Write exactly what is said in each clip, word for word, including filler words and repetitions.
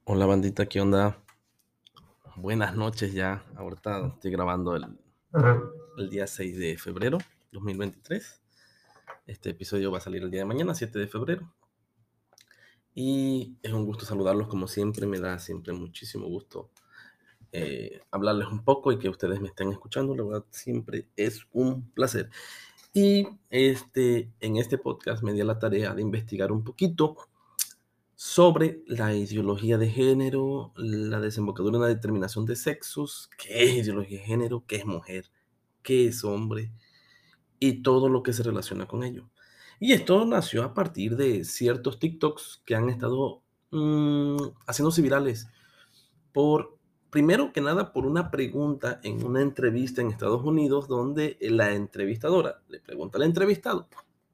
Hola bandita, ¿qué onda? Buenas noches ya. Ahorita estoy grabando el, el día seis de febrero dos mil veintitrés. Este episodio va a salir el día de mañana, siete de febrero. Y es un gusto saludarlos como siempre. Me da siempre muchísimo gusto eh, hablarles un poco y que ustedes me estén escuchando. La verdad, siempre es un placer. Y este, en este podcast me di a la tarea de investigar un poquito sobre la ideología de género, la desembocadura en la determinación de sexos, qué es ideología de género, qué es mujer, qué es hombre y todo lo que se relaciona con ello. Y esto nació a partir de ciertos TikToks que han estado mm, haciéndose virales por, primero que nada, por una pregunta en una entrevista en Estados Unidos donde la entrevistadora le pregunta al entrevistado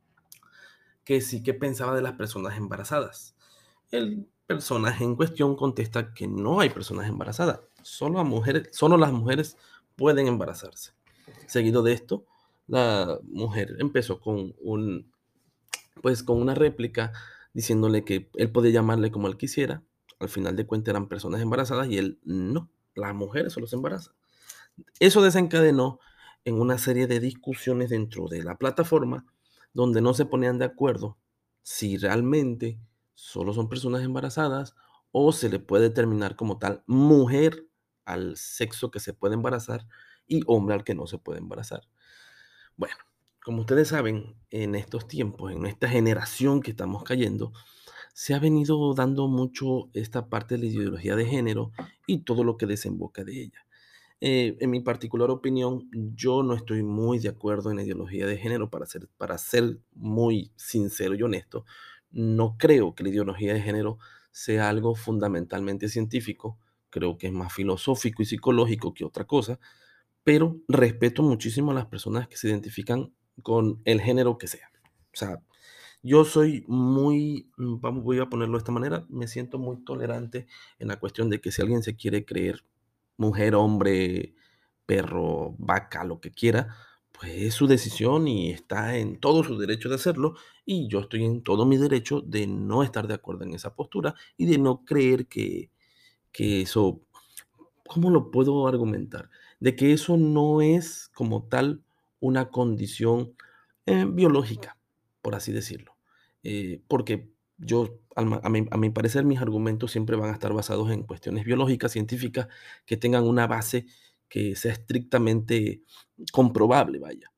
que sí que pensaba de las personas embarazadas. El personaje en cuestión contesta que no hay personas embarazadas, solo, a mujeres, solo las mujeres pueden embarazarse. Seguido de esto, la mujer empezó con, un, pues, con una réplica diciéndole que él podía llamarle como él quisiera. Al final de cuentas eran personas embarazadas y él no, las mujeres solo se embarazan. Eso desencadenó en una serie de discusiones dentro de la plataforma donde no se ponían de acuerdo si realmente solo son personas embarazadas o se le puede determinar como tal mujer al sexo que se puede embarazar y hombre al que no se puede embarazar. Bueno, como ustedes saben, en estos tiempos, en esta generación que estamos cayendo, se ha venido dando mucho esta parte de la ideología de género y todo lo que desemboca de ella. Eh, en mi particular opinión, yo no estoy muy de acuerdo en la ideología de género, para ser, para ser muy sincero y honesto. No creo que la ideología de género sea algo fundamentalmente científico, creo que es más filosófico y psicológico que otra cosa, pero respeto muchísimo a las personas que se identifican con el género que sea. O sea, yo soy muy, mm, vamos, voy a ponerlo de esta manera, me siento muy tolerante en la cuestión de que si alguien se quiere creer mujer, hombre, perro, vaca, lo que quiera, pues es su decisión y está en todo su derecho de hacerlo. Y yo estoy en todo mi derecho de no estar de acuerdo en esa postura y de no creer que, que eso, ¿cómo lo puedo argumentar? De que eso no es como tal una condición eh, biológica, por así decirlo. Eh, porque yo, al ma- a mi, a mi parecer, mis argumentos siempre van a estar basados en cuestiones biológicas, científicas, que tengan una base que sea estrictamente comprobable, vaya.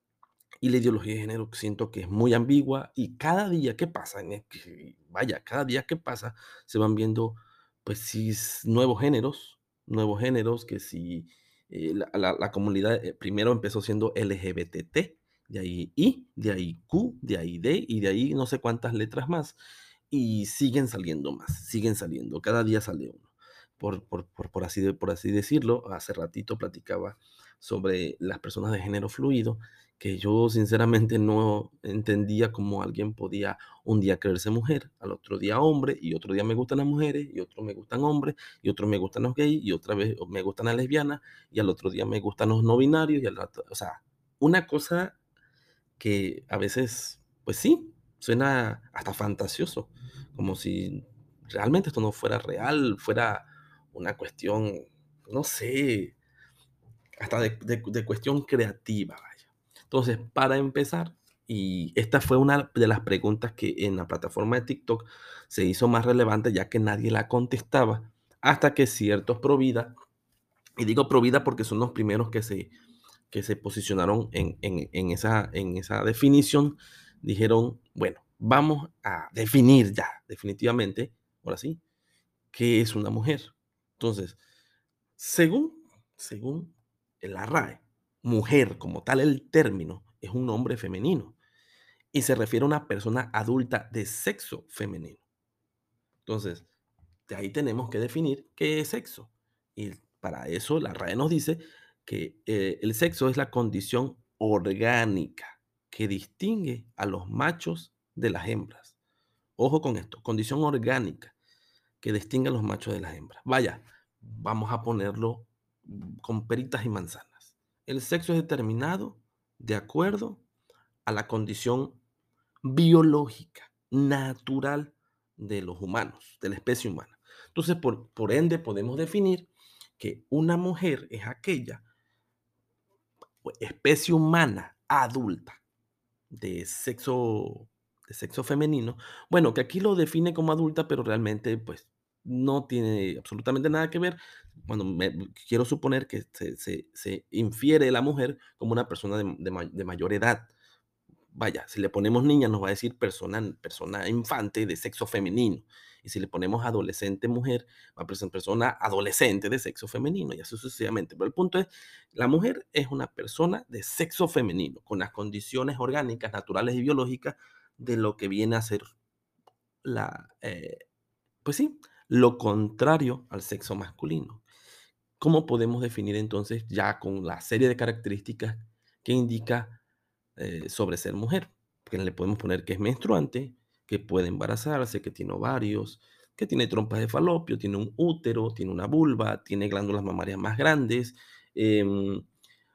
Y la ideología de género siento que es muy ambigua y cada día que pasa, en el que- vaya, cada día que pasa se van viendo, pues sí, s- nuevos géneros, nuevos géneros que si eh, la, la- la comunidad eh, primero empezó siendo L G B T T, de ahí I, de ahí Q, de ahí D y de ahí no sé cuántas letras más y siguen saliendo más, siguen saliendo, cada día sale uno. Por, por, por, por así, de- por así decirlo, hace ratito platicaba sobre las personas de género fluido que yo sinceramente no entendía cómo alguien podía un día creerse mujer, al otro día hombre, y otro día me gustan las mujeres, y otro me gustan hombres, y otro me gustan los gays, y otra vez me gustan las lesbianas, y al otro día me gustan los no binarios, y al rato, o sea, una cosa que a veces, pues sí, suena hasta fantasioso, como si realmente esto no fuera real, fuera una cuestión, no sé, hasta de, de- de cuestión creativa, vaya. Entonces, para empezar, y esta fue una de las preguntas que en la plataforma de TikTok se hizo más relevante ya que nadie la contestaba, hasta que ciertos Provida, y digo Provida porque son los primeros que se, que se posicionaron en, en- en esa, en esa definición, dijeron, bueno, vamos a definir ya, definitivamente, ahora sí, qué es una mujer. Entonces, según, según la R A E, mujer como tal el término es un nombre femenino y se refiere a una persona adulta de sexo femenino. Entonces, de ahí tenemos que definir qué es sexo. Y para eso la R A E nos dice que eh, el sexo es la condición orgánica que distingue a los machos de las hembras. Ojo con esto, condición orgánica que distingue a los machos de las hembras. Vaya, vamos a ponerlo mm, con peritas y manzanas. El sexo es determinado de acuerdo a la condición biológica, natural de los humanos, de la especie humana. Entonces, por, por ende, podemos definir que una mujer es aquella pues, especie humana adulta de sexo, de sexo femenino. Bueno, que aquí lo define como adulta, pero realmente pues no tiene absolutamente nada que ver. Cuando me, quiero suponer que se, se- se infiere la mujer como una persona de, de ma- de mayor edad. Vaya, si le ponemos niña nos va a decir persona, persona infante de sexo femenino. Y si le ponemos adolescente mujer, va a ser persona adolescente de sexo femenino y así sucesivamente. Pero el punto es, la mujer es una persona de sexo femenino, con las condiciones orgánicas, naturales y biológicas de lo que viene a ser la, eh, pues sí, lo contrario al sexo masculino. ¿Cómo podemos definir entonces ya con la serie de características que indica eh, sobre ser mujer? Que le podemos poner que es menstruante, que puede embarazarse, que tiene ovarios, que tiene trompas de falopio, tiene un útero, tiene una vulva, tiene glándulas mamarias más grandes, em,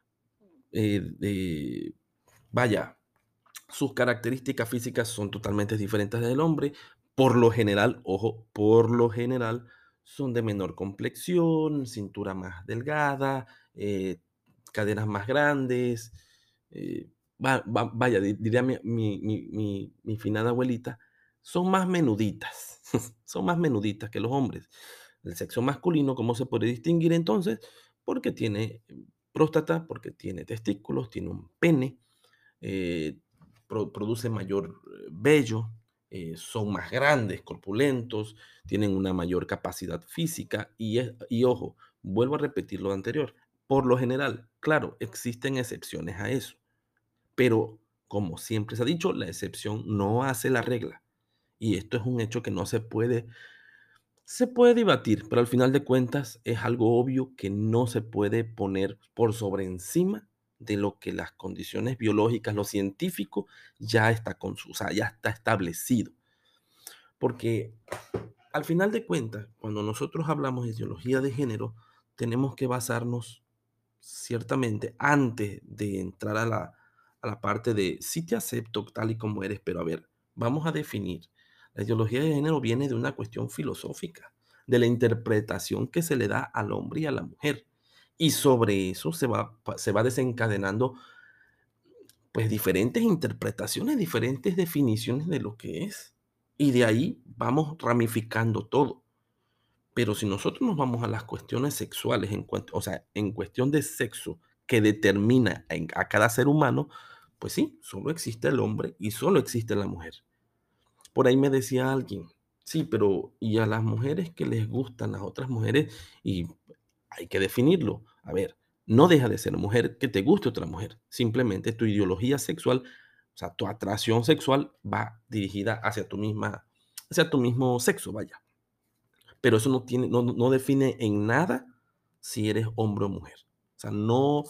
eh, eh, vaya, sus características físicas son totalmente diferentes del hombre. Por lo general, ojo, por lo general son de menor complexión, cintura más delgada, eh, caderas más grandes. eh, va- va- vaya, di- diría mi, mi, mi, mi- mi finada abuelita, son más menuditas, son más menuditas que los hombres. El sexo masculino, ¿cómo se puede distinguir entonces? Porque tiene eh, próstata, porque tiene testículos, tiene un pene, eh, pro- produce mayor eh, vello, eh, son más grandes, corpulentos, tienen una mayor capacidad física y, es- y ojo, vuelvo a repetir lo anterior, por lo general, claro, existen excepciones a eso, pero como siempre se ha dicho, la excepción no hace la regla y esto es un hecho que no se puede se puede debatir, pero al final de cuentas es algo obvio que no se puede poner por sobre encima de lo que las condiciones biológicas, lo científico ya está con su, o sea, ya está establecido. Porque al final de cuentas, cuando nosotros hablamos de ideología de género, tenemos que basarnos ciertamente antes de entrar a la, a la parte de sí te acepto tal y como eres, pero a ver, vamos a definir. La ideología de género viene de una cuestión filosófica, de la interpretación que se le da al hombre y a la mujer. Y sobre eso se va, pa- se va desencadenando pues diferentes interpretaciones, diferentes definiciones de lo que es. Y de ahí vamos ramificando todo. Pero si nosotros nos vamos a las cuestiones sexuales, en cuanto, o sea, en cuestión de sexo que determina en- a cada ser humano, pues sí, solo existe el hombre y solo existe la mujer. Por ahí me decía alguien, sí, pero ¿y a las mujeres que les gustan las otras mujeres? Y hay que definirlo. A ver, no deja de ser mujer que te guste otra mujer. Simplemente tu ideología sexual, o sea, tu atracción sexual va dirigida hacia tu misma, hacia tu mismo sexo, vaya. Pero eso no tiene, no, no define en nada si eres hombre o mujer. O sea, no,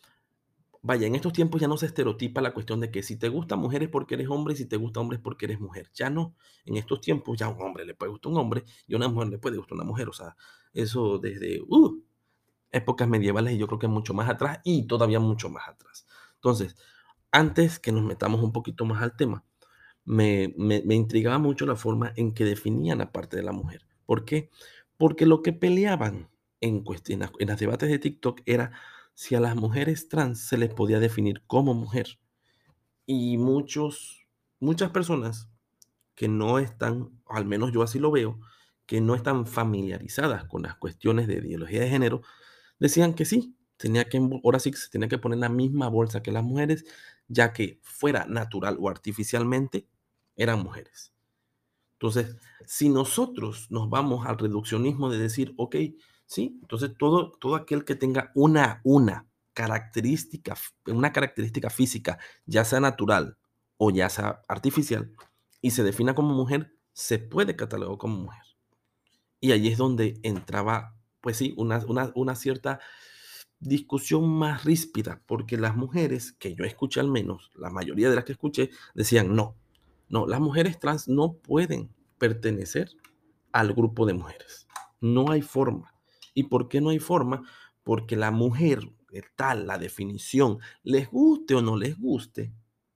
vaya, en estos tiempos ya no se estereotipa la cuestión de que si te gusta mujer es porque eres hombre y si te gusta hombre es porque eres mujer. Ya no. En estos tiempos ya a un hombre le puede gustar un hombre y a una mujer le puede gustar una mujer. O sea, eso desde uh, épocas medievales y yo creo que mucho más atrás y todavía mucho más atrás. Entonces, antes que nos metamos un poquito más al tema, me, me, me intrigaba mucho la forma en que definían la parte de la mujer. ¿Por qué? Porque lo que peleaban en, cuestión, en, las, en las debates de TikTok era si a las mujeres trans se les podía definir como mujer. Y muchos, muchas personas que no están, al menos yo así lo veo, que no están familiarizadas con las cuestiones de ideología de género, decían que sí, tenía que, ahora sí que se tenía que poner la misma bolsa que las mujeres, ya que fuera natural o artificialmente, eran mujeres. Entonces, si nosotros nos vamos al reduccionismo de decir, ok, sí, entonces todo, todo aquel que tenga una, una característica, una característica física, ya sea natural o ya sea artificial, y se defina como mujer, se puede catalogar como mujer. Y allí es donde entraba, pues sí, una, una, una cierta discusión más ríspida, porque las mujeres, que yo escuché al menos, la mayoría de las que escuché, decían, no, no, las mujeres trans no pueden pertenecer al grupo de mujeres. No hay forma. ¿Y por qué no hay forma? Porque la mujer, eh, tal, la definición, les guste o no les guste,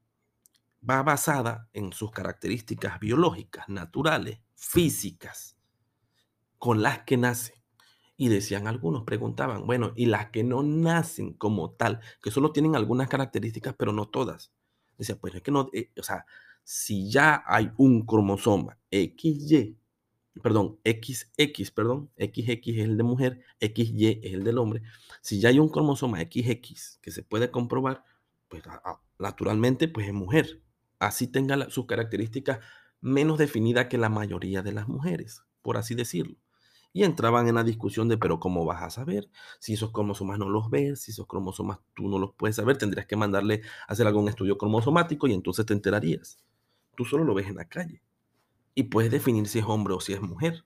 va basada en sus características biológicas, naturales, físicas. con las que nace. Y decían algunos, preguntaban, bueno, y las que no nacen como tal, que solo tienen algunas características, pero no todas. Decía, pues es que no, eh, o sea, si ya hay un cromosoma equis ye, perdón, equis equis, perdón, equis equis es el de mujer, equis ye es el del hombre. Si ya hay un cromosoma equis equis que se puede comprobar, pues a- a- naturalmente pues es mujer. Así tenga la- sus características menos definidas que la mayoría de las mujeres, por así decirlo. Y entraban en la discusión de, pero ¿cómo vas a saber? Si esos cromosomas no los ves, si esos cromosomas tú no los puedes saber, tendrías que mandarle a hacer algún estudio cromosomático y entonces te enterarías. Tú solo lo ves en la calle y puedes definir si es hombre o si es mujer.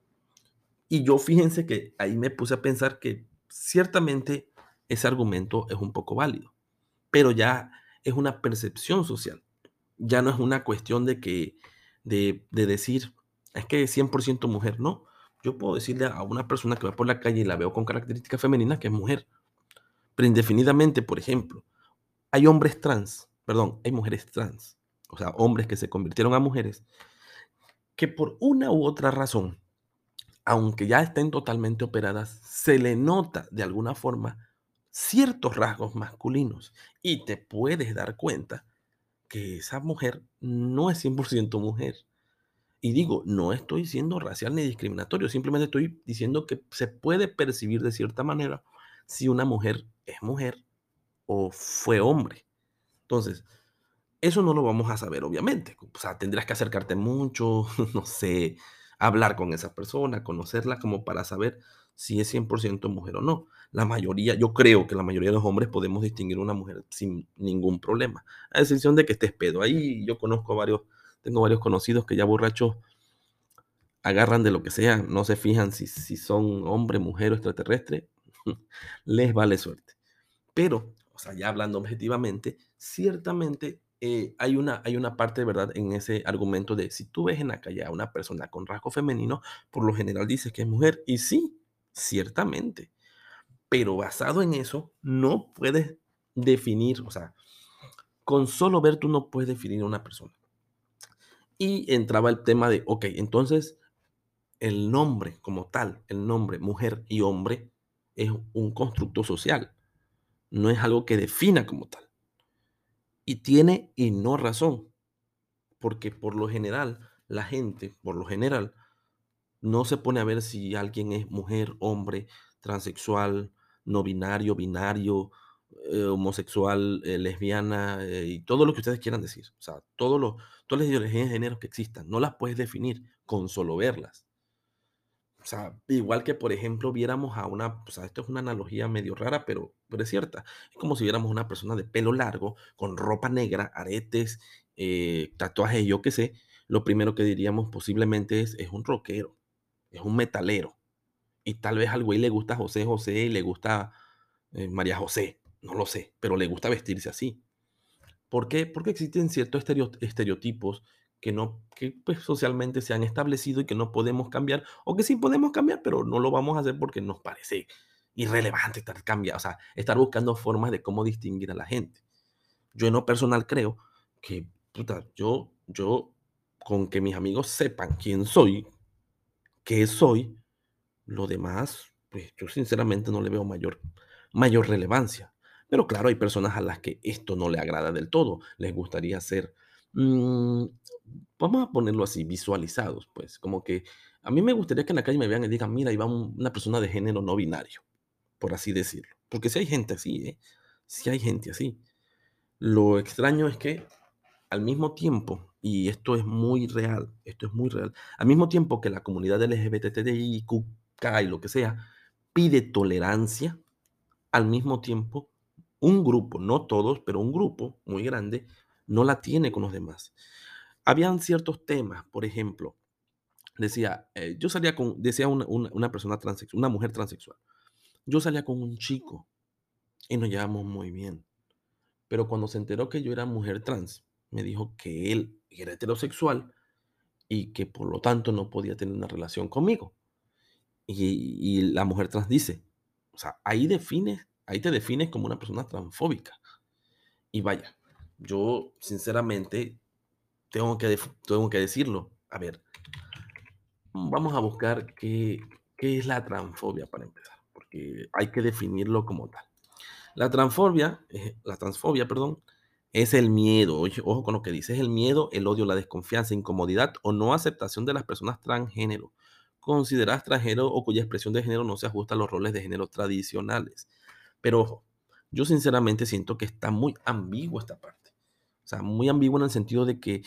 Y yo fíjense que ahí me puse a pensar que ciertamente ese argumento es un poco válido, pero ya es una percepción social. Ya no es una cuestión de que, de, de decir, es que es cien por ciento mujer, no. Yo puedo decirle a una persona que va por la calle y la veo con características femeninas que es mujer, pero indefinidamente, por ejemplo, hay hombres trans, perdón, hay mujeres trans, o sea, hombres que se convirtieron a mujeres, que por una u otra razón, aunque ya estén totalmente operadas, se le nota de alguna forma ciertos rasgos masculinos y te puedes dar cuenta que esa mujer no es cien por ciento mujer. Y digo, no estoy siendo racial ni discriminatorio, simplemente estoy diciendo que se puede percibir de cierta manera si una mujer es mujer o fue hombre. Entonces, eso no lo vamos a saber, obviamente. O sea, tendrás que acercarte mucho, no sé, hablar con esa persona, conocerla como para saber si es cien por ciento mujer o no. La mayoría, yo creo que la mayoría de los hombres podemos distinguir una mujer sin ningún problema, a excepción de que estés pedo. Ahí yo conozco varios, tengo varios conocidos que ya borrachos agarran de lo que sea, no se fijan si, si son hombre, mujer o extraterrestre, les vale suerte. Pero, o sea, ya hablando objetivamente, ciertamente eh, hay, una, hay una parte de verdad en ese argumento de si tú ves en la calle a una persona con rasgo femenino, por lo general dices que es mujer. Y sí, ciertamente. Pero basado en eso, no puedes definir, o sea, con solo ver tú no puedes definir a una persona. Y entraba el tema de, ok, entonces el nombre como tal, el nombre mujer y hombre, es un constructo social, no es algo que defina como tal. Y tiene y no razón, porque por lo general, la gente, por lo general, no se pone a ver si alguien es mujer, hombre, transexual, no binario, binario, eh, homosexual, eh, lesbiana, eh, y todo lo que ustedes quieran decir. O sea, todo lo, todas las ideologías de género que existan, no las puedes definir con solo verlas. O sea, igual que, por ejemplo, viéramos a una, o sea, esto es una analogía medio rara, pero, pero es cierta. Es como si viéramos una persona de pelo largo, con ropa negra, aretes, eh, tatuajes, yo qué sé. Lo primero que diríamos posiblemente es, es un rockero, es un metalero. Y tal vez al güey le gusta José José y le gusta eh, María José, no lo sé, pero le gusta vestirse así. ¿Por qué? Porque existen ciertos estereo- estereotipos que, no, que pues, socialmente se han establecido y que no podemos cambiar, o que sí podemos cambiar, pero no lo vamos a hacer porque nos parece irrelevante estar cambiando, o sea, estar buscando formas de cómo distinguir a la gente. Yo en lo personal creo que, puta, yo, yo, con que mis amigos sepan quién soy, qué soy, lo demás, pues yo sinceramente no le veo mayor, mayor relevancia. Pero claro, hay personas a las que esto no le agrada del todo. Les gustaría ser, mm, vamos a ponerlo así, visualizados, pues. Como que a mí me gustaría que en la calle me vean y digan, mira, ahí va un- una persona de género no binario, por así decirlo. Porque si hay gente así, ¿eh? Sí hay gente así. Lo extraño es que al mismo tiempo, y esto es muy real, esto es muy real, al mismo tiempo que la comunidad L G B T T I Q K y lo que sea, pide tolerancia, al mismo tiempo, un grupo, no todos, pero un grupo muy grande, no la tiene con los demás. Habían ciertos temas, por ejemplo, decía, eh, yo salía con, decía una, una, una persona transexual, una mujer transexual, yo salía con un chico y nos llevamos muy bien. Pero cuando se enteró que yo era mujer trans, me dijo que él era heterosexual y que por lo tanto no podía tener una relación conmigo. Y, y la mujer trans dice, o sea, ahí defines, ahí te defines como una persona transfóbica. Y vaya, yo sinceramente tengo que, def- tengo que decirlo. A ver, Vamos a buscar qué, qué es la transfobia para empezar, porque hay que definirlo como tal. La transfobia, eh, la transfobia, perdón, es el miedo, oye, ojo con lo que dice, es el miedo, el odio, la desconfianza, incomodidad o no aceptación de las personas transgénero, consideradas extranjero o cuya expresión de género no se ajusta a los roles de género tradicionales. Pero ojo, yo sinceramente siento que está muy ambigua esta parte. O sea, muy ambigua en el sentido de que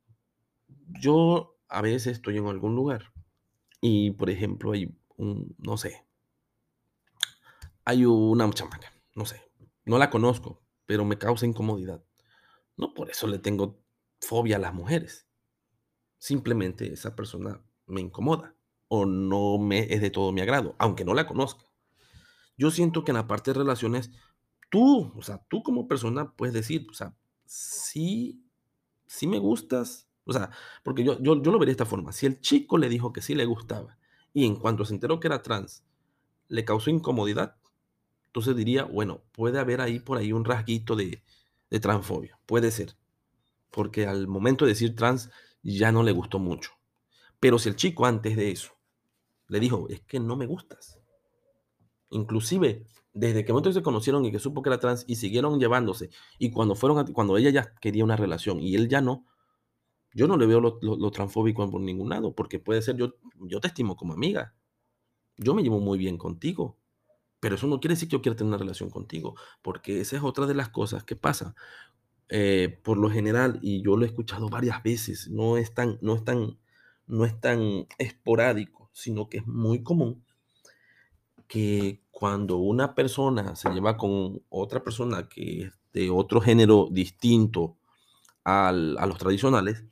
yo a veces estoy en algún lugar y, por ejemplo, hay un, no sé, hay una chamaca, no sé, no la conozco, pero me causa incomodidad. No por eso le tengo fobia a las mujeres. Simplemente esa persona me incomoda o no me es de todo mi agrado, aunque no la conozca. Yo siento que en la parte de relaciones, tú, o sea, tú como persona puedes decir, o sea, sí, sí me gustas, o sea, porque yo, yo, yo lo vería de esta forma. Si el chico le dijo que sí le gustaba y en cuanto se enteró que era trans, le causó incomodidad, entonces diría, bueno, puede haber ahí por ahí un rasguito de, de transfobia, puede ser, porque al momento de decir trans ya no le gustó mucho. Pero si el chico antes de eso le dijo, es que no me gustas, inclusive desde que momento se conocieron y que supo que era trans y siguieron llevándose, y cuando fueron a- cuando ella ya quería una relación y él ya no, yo no le veo lo, lo- lo transfóbico por ningún lado, porque puede ser yo, yo te estimo como amiga, yo me llevo muy bien contigo, pero eso no quiere decir que yo quiera tener una relación contigo, porque esa es otra de las cosas que pasa. Eh, por lo general, y yo lo he escuchado varias veces, no es tan, no es tan, no es tan esporádico, sino que es muy común que cuando una persona se lleva con otra persona que es de otro género distinto al- a los tradicionales,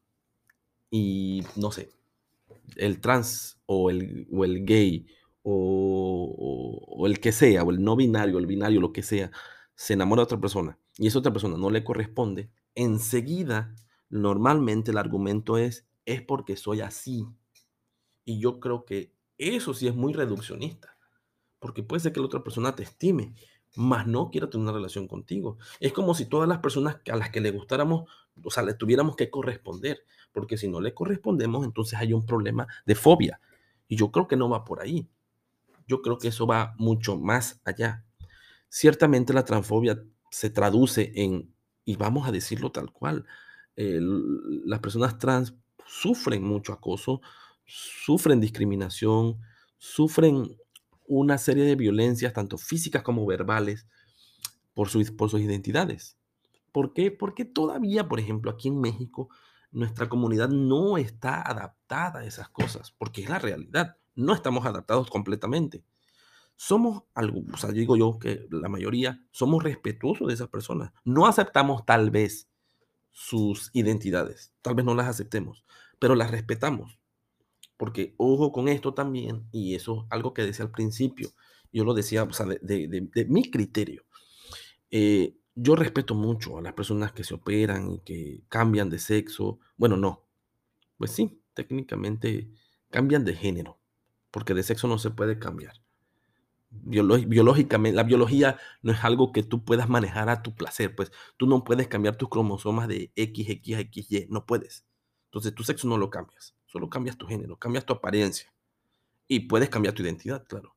y no sé, el trans o el, o el gay o, o- o el que sea, o el no binario, el binario, lo que sea, se enamora de otra persona y esa otra persona no le corresponde, enseguida, normalmente el argumento es, es porque soy así. Y yo creo que eso sí es muy reduccionista, porque puede ser que la otra persona te estime, mas no quiera tener una relación contigo. Es como si todas las personas a las que le gustáramos, o sea, le tuviéramos que corresponder, porque si no le correspondemos, entonces hay un problema de fobia. Y yo creo que no va por ahí. Yo creo que eso va mucho más allá. Ciertamente la transfobia se traduce en, y vamos a decirlo tal cual, el- las personas trans sufren mucho acoso, sufren discriminación, sufren una serie de violencias, tanto físicas como verbales, por, sus por sus identidades. ¿Por qué? Porque todavía, por ejemplo, aquí en México, nuestra comunidad no está adaptada a esas cosas, porque es la realidad. No estamos adaptados completamente. Somos, algo, o sea, digo yo que la mayoría somos respetuosos de esas personas. No aceptamos tal vez sus identidades, tal vez no las aceptemos, pero las respetamos. Porque ojo con esto también, y eso es algo que decía al principio, yo lo decía, o sea, de, de- de- de mi criterio. Eh, yo respeto mucho a las personas que se operan y que cambian de sexo. Bueno, no, pues sí, técnicamente cambian de género, porque de sexo no se puede cambiar. Biolo- biológicamente, la biología no es algo que tú puedas manejar a tu placer, pues tú no puedes cambiar tus cromosomas de X, X a X, Y, no puedes. Entonces tu sexo no lo cambias, solo cambias tu género, cambias tu apariencia y puedes cambiar tu identidad, claro.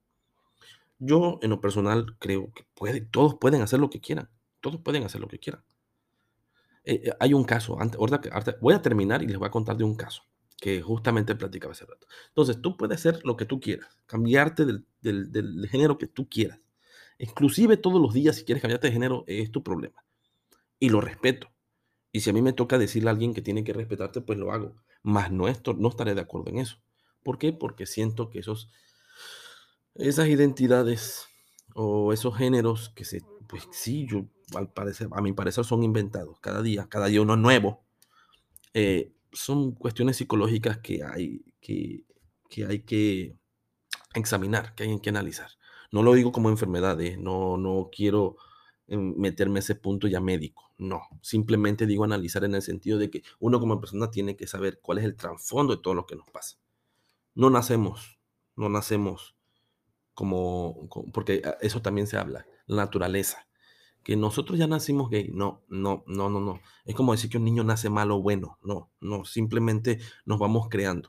Yo en lo personal creo que puede, todos pueden hacer lo que quieran, todos pueden hacer lo que quieran. Eh, eh, hay un caso, ante- ahorita que- ahorita voy a terminar y les voy a contar de un caso que justamente platicaba hace rato. Entonces, tú puedes hacer lo que tú quieras, cambiarte del, del- del género que tú quieras. Inclusive todos los días, si quieres cambiarte de género, es tu problema. Y lo respeto. Y si a mí me toca decirle a alguien que tiene que respetarte, pues lo hago. Mas no, esto, no estaré de acuerdo en eso. ¿Por qué? Porque siento que esos, esas identidades o esos géneros que se, pues sí, yo, al parecer, a mi parecer son inventados cada día, cada día uno es nuevo. Eh, son cuestiones psicológicas que hay que, que hay que examinar, que hay que analizar. No lo digo como enfermedades, no, no quiero em, meterme a ese punto ya médico, no. Simplemente digo analizar en el sentido de que uno como persona tiene que saber cuál es el trasfondo de todo lo que nos pasa. No nacemos, no nacemos como, como- porque ah, eso también se habla, la naturaleza. Que nosotros ya nacimos gay, no, no, no, no, no. Es como decir que un niño nace malo o bueno, no, no, simplemente nos vamos creando.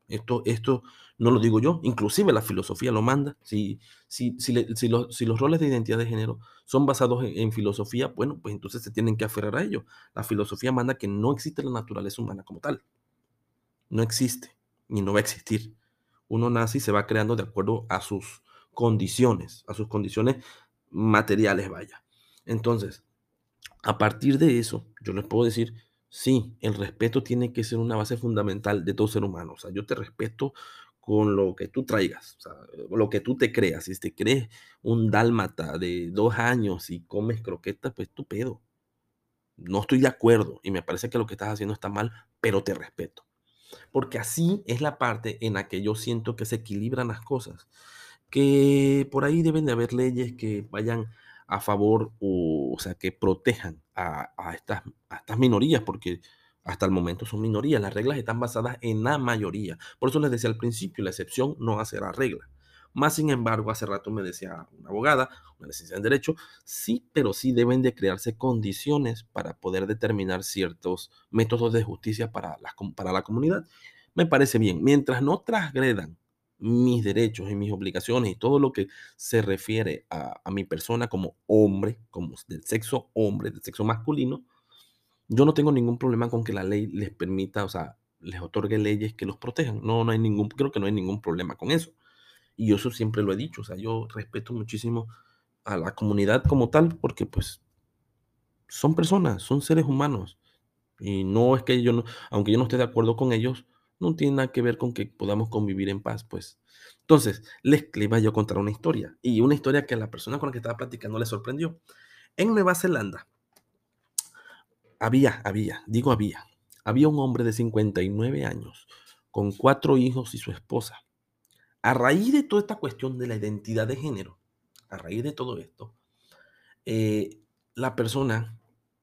Esto, esto no lo digo yo, inclusive la filosofía lo manda. Si, si, si, le- si los, si los roles de identidad de género son basados en, en filosofía, bueno, pues entonces se tienen que aferrar a ello. La filosofía manda que no existe la naturaleza humana como tal. No existe, ni no va a existir. Uno nace y se va creando de acuerdo a sus condiciones, a sus condiciones materiales, vaya. Entonces, a partir de eso, yo les puedo decir, sí, el respeto tiene que ser una base fundamental de todo ser humano. O sea, yo te respeto con lo que tú traigas, o sea, lo que tú te creas. Si te crees un dálmata de dos años y comes croquetas, pues tu pedo. No estoy de acuerdo y me parece que lo que estás haciendo está mal, pero te respeto. Porque así es la parte en la que yo siento que se equilibran las cosas. Que por ahí deben de haber leyes que vayan a favor o, o sea, que protejan a, a estas, a estas minorías, porque hasta el momento son minorías. Las reglas están basadas en la mayoría. Por eso les decía al principio, la excepción no hace la regla. Más sin embargo, hace rato me decía una abogada, una licenciada en Derecho, sí, pero sí deben de crearse condiciones para poder determinar ciertos métodos de justicia para, las com- para la comunidad. Me parece bien, mientras no transgredan mis derechos y mis obligaciones y todo lo que se refiere a, a mi persona como hombre, como del sexo hombre, del sexo masculino, yo no tengo ningún problema con que la ley les permita, o sea, les otorgue leyes que los protejan. No, no hay ningún, creo que no hay ningún problema con eso. Y yo eso siempre lo he dicho, o sea, yo respeto muchísimo a la comunidad como tal, porque pues son personas, son seres humanos. Y no es que yo no, aunque yo no esté de acuerdo con ellos, no tiene nada que ver con que podamos convivir en paz, pues. Entonces, les, les iba yo a contar una historia, y una historia que a la persona con la que estaba platicando le sorprendió. En Nueva Zelanda había, había, digo había, había un hombre de cincuenta y nueve años con cuatro hijos y su esposa. A raíz de toda esta cuestión de la identidad de género, a raíz de todo esto, eh, la persona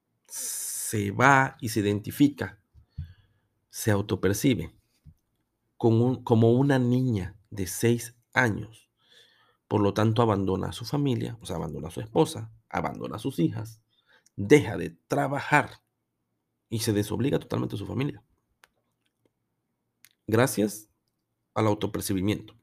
se va y se identifica, se autopercibe con un- como una niña de seis años. Por lo tanto, abandona a su familia, o sea, abandona a su esposa, abandona a sus hijas, deja de trabajar y se desobliga totalmente de su familia. Gracias al autopercibimiento.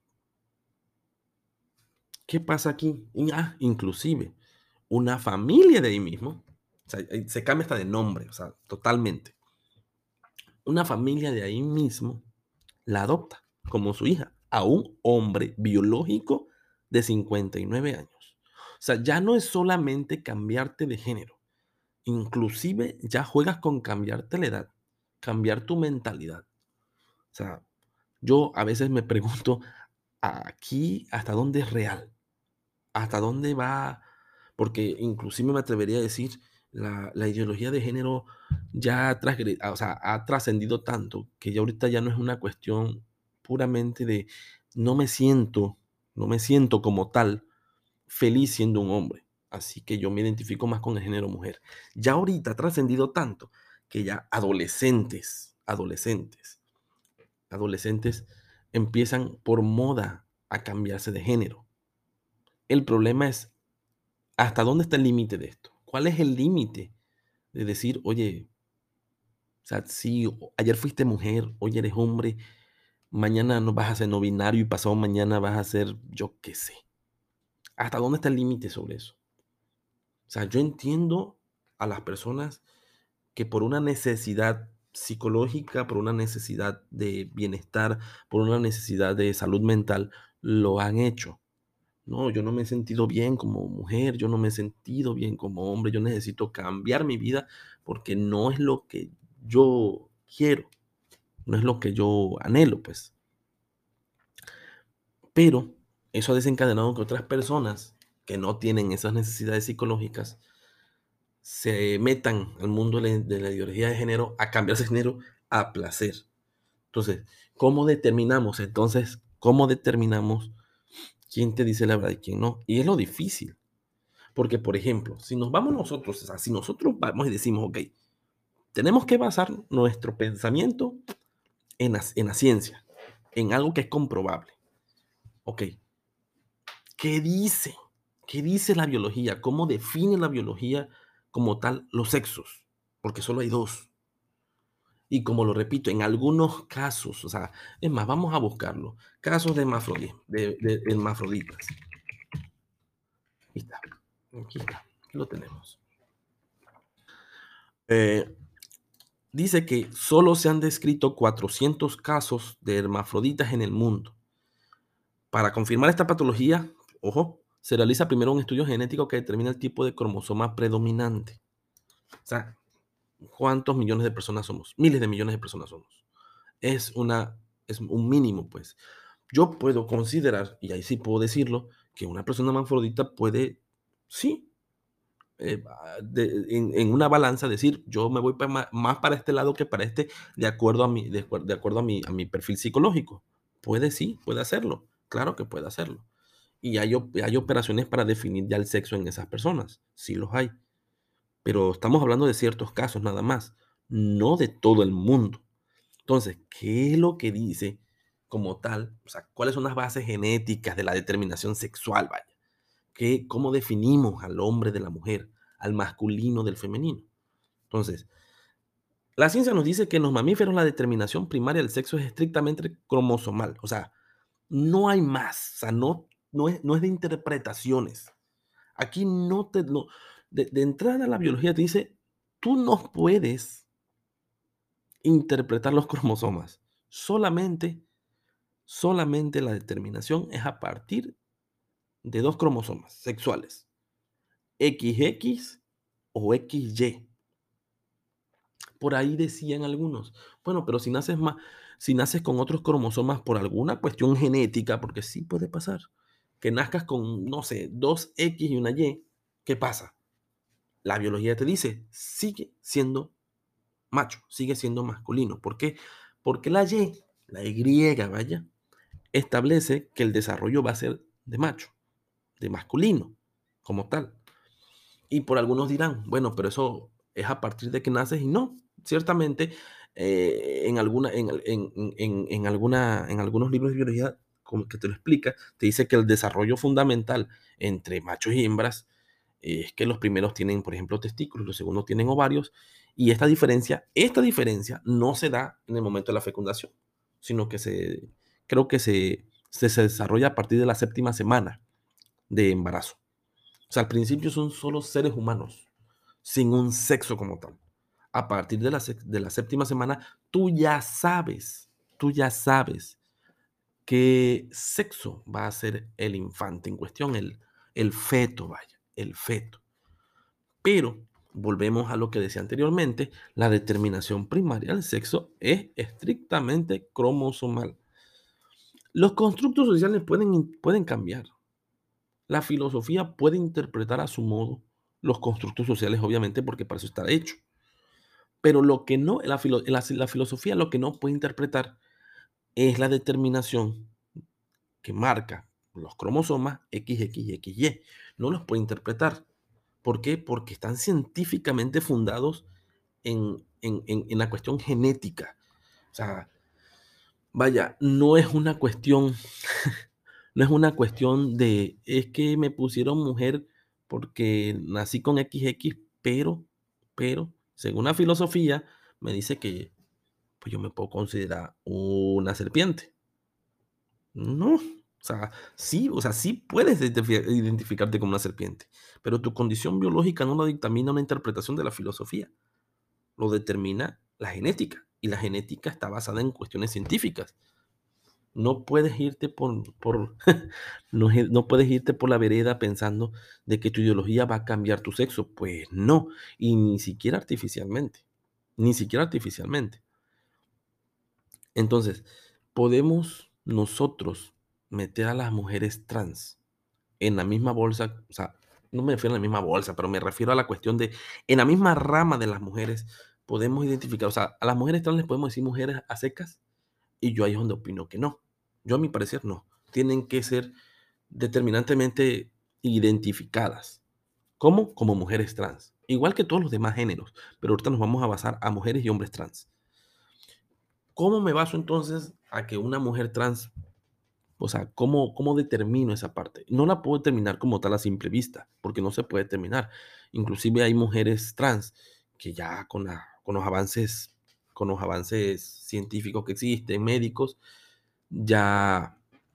¿Qué pasa aquí? Y, ah, inclusive, una familia de ahí mismo, o sea, eh, se cambia hasta de nombre, o sea, totalmente. Una familia de ahí mismo la adopta como su hija a un hombre biológico de cincuenta y nueve años. O sea, ya no es solamente cambiarte de género, inclusive ya juegas con cambiarte la edad, cambiar tu mentalidad. O sea, yo a veces me pregunto aquí hasta dónde es real, hasta dónde va, porque inclusive me atrevería a decir, la, la ideología de género ya ha, transgre- o sea, ha trascendido tanto que ya ahorita ya no es una cuestión puramente de no me siento, no me siento como tal feliz siendo un hombre. Así que yo me identifico más con el género mujer. Ya ahorita ha trascendido tanto que ya adolescentes, adolescentes, adolescentes empiezan por moda a cambiarse de género. El problema es hasta dónde está el límite de esto. ¿Cuál es el límite de decir, oye, o sea, si ayer fuiste mujer, hoy eres hombre, mañana no vas a ser no binario y pasado mañana vas a ser yo qué sé? ¿Hasta dónde está el límite sobre eso? O sea, yo entiendo a las personas que por una necesidad psicológica, por una necesidad de bienestar, por una necesidad de salud mental, lo han hecho. No, yo no me he sentido bien como mujer, yo no me he sentido bien como hombre, yo necesito cambiar mi vida porque no es lo que yo quiero, no es lo que yo anhelo, pues. Pero eso ha desencadenado que otras personas que no tienen esas necesidades psicológicas se metan al mundo de la, de la ideología de género a cambiarse de género a placer. Entonces, ¿cómo determinamos entonces, cómo determinamos quién te dice la verdad y quién no? Y es lo difícil. Porque, por ejemplo, si nos vamos nosotros, o sea, si nosotros vamos y decimos, ok, tenemos que basar nuestro pensamiento en la, en la ciencia, en algo que es comprobable. Ok, ¿qué dice? ¿Qué dice la biología? ¿Cómo define la biología como tal los sexos? Porque solo hay dos. Y como lo repito, en algunos casos, o sea, es más, vamos a buscarlo. Casos de hermafrodismo, de, de hermafroditas. Aquí está, aquí está, aquí lo tenemos. Eh, dice que solo se han descrito cuatrocientos casos de hermafroditas en el mundo. Para confirmar esta patología, ojo, se realiza primero un estudio genético que determina el tipo de cromosoma predominante. O sea, ¿cuántos millones de personas somos? Miles de millones de personas somos. Es, una, es un mínimo, pues. Yo puedo considerar, y ahí sí puedo decirlo, que una persona hermafrodita puede, sí, eh, de, en, en, una balanza decir, yo me voy para, más para este lado que para este, de acuerdo a mi, de, de acuerdo a mi, a mi perfil psicológico. Puede, sí, puede hacerlo. Claro que puede hacerlo. Y hay, hay operaciones para definir ya el sexo en esas personas. Sí los hay. Pero estamos hablando de ciertos casos nada más, no de todo el mundo. Entonces, ¿qué es lo que dice como tal? O sea, ¿cuáles son las bases genéticas de la determinación sexual? Vaya. ¿Qué, ¿Cómo definimos al hombre de la mujer, al masculino del femenino? Entonces, la ciencia nos dice que en los mamíferos la determinación primaria del sexo es estrictamente cromosomal. O sea, no hay más. O sea, no, no, es, no es de interpretaciones. Aquí no te... No, de, de entrada la biología te dice, tú no puedes interpretar los cromosomas. Solamente, solamente la determinación es a partir de dos cromosomas sexuales, equis equis o equis ye. Por ahí decían algunos, bueno, pero si naces más, si naces con otros cromosomas por alguna cuestión genética, porque sí puede pasar, que nazcas con, no sé, dos equis y una ye, ¿qué pasa? La biología te dice, sigue siendo macho, sigue siendo masculino. ¿Por qué? Porque la Y, la Y, vaya, establece que el desarrollo va a ser de macho, de masculino, como tal. Y por algunos dirán, bueno, pero eso es a partir de que naces y no. Ciertamente, eh, en, alguna, en, en, en, en, alguna, en algunos libros de biología, como que te lo explica, te dice que el desarrollo fundamental entre machos y hembras es que los primeros tienen, por ejemplo, testículos, los segundos tienen ovarios, y esta diferencia, esta diferencia no se da en el momento de la fecundación, sino que se, creo que se, se, se desarrolla a partir de la séptima semana de embarazo. O sea, al principio son solo seres humanos, sin un sexo como tal. A partir de la, de la séptima semana, tú ya sabes, tú ya sabes qué sexo va a ser el infante en cuestión, el, el feto, vaya, el feto. Pero volvemos a lo que decía anteriormente, la determinación primaria del sexo es estrictamente cromosomal. Los constructos sociales pueden, pueden cambiar. La filosofía puede interpretar a su modo los constructos sociales, obviamente, porque para eso está hecho. Pero lo que no, la, filo, la, la filosofía lo que no puede interpretar es la determinación que marca los cromosomas equis equis y equis ye. No los puede interpretar. ¿Por qué? Porque están científicamente fundados en, en, en, en la cuestión genética. O sea, vaya, no es una cuestión, no es una cuestión de, es que me pusieron mujer porque nací con equis equis, pero, pero, según la filosofía, me dice que pues yo me puedo considerar una serpiente. No, o sea, sí, o sea, sí puedes identificarte como una serpiente, pero tu condición biológica no la dictamina una interpretación de la filosofía, lo determina la genética, y la genética está basada en cuestiones científicas. No puedes irte por, por no, no puedes irte por la vereda pensando de que tu ideología va a cambiar tu sexo. Pues no, y ni siquiera artificialmente, ni siquiera artificialmente. Entonces, podemos nosotros meter a las mujeres trans en la misma bolsa, o sea, no me refiero a la misma bolsa, pero me refiero a la cuestión de, en la misma rama de las mujeres, podemos identificar, o sea, a las mujeres trans les podemos decir mujeres a secas, y yo ahí es donde opino que no. Yo a mi parecer no. Tienen que ser determinantemente identificadas. ¿Cómo? Como mujeres trans. Igual que todos los demás géneros, pero ahorita nos vamos a basar a mujeres y hombres trans. ¿Cómo me baso entonces a que una mujer trans, o sea, ¿cómo, cómo determino esa parte? No la puedo determinar como tal a simple vista, porque no se puede determinar. Inclusive hay mujeres trans que ya con, la, con los avances con los avances científicos que existen, médicos, ya,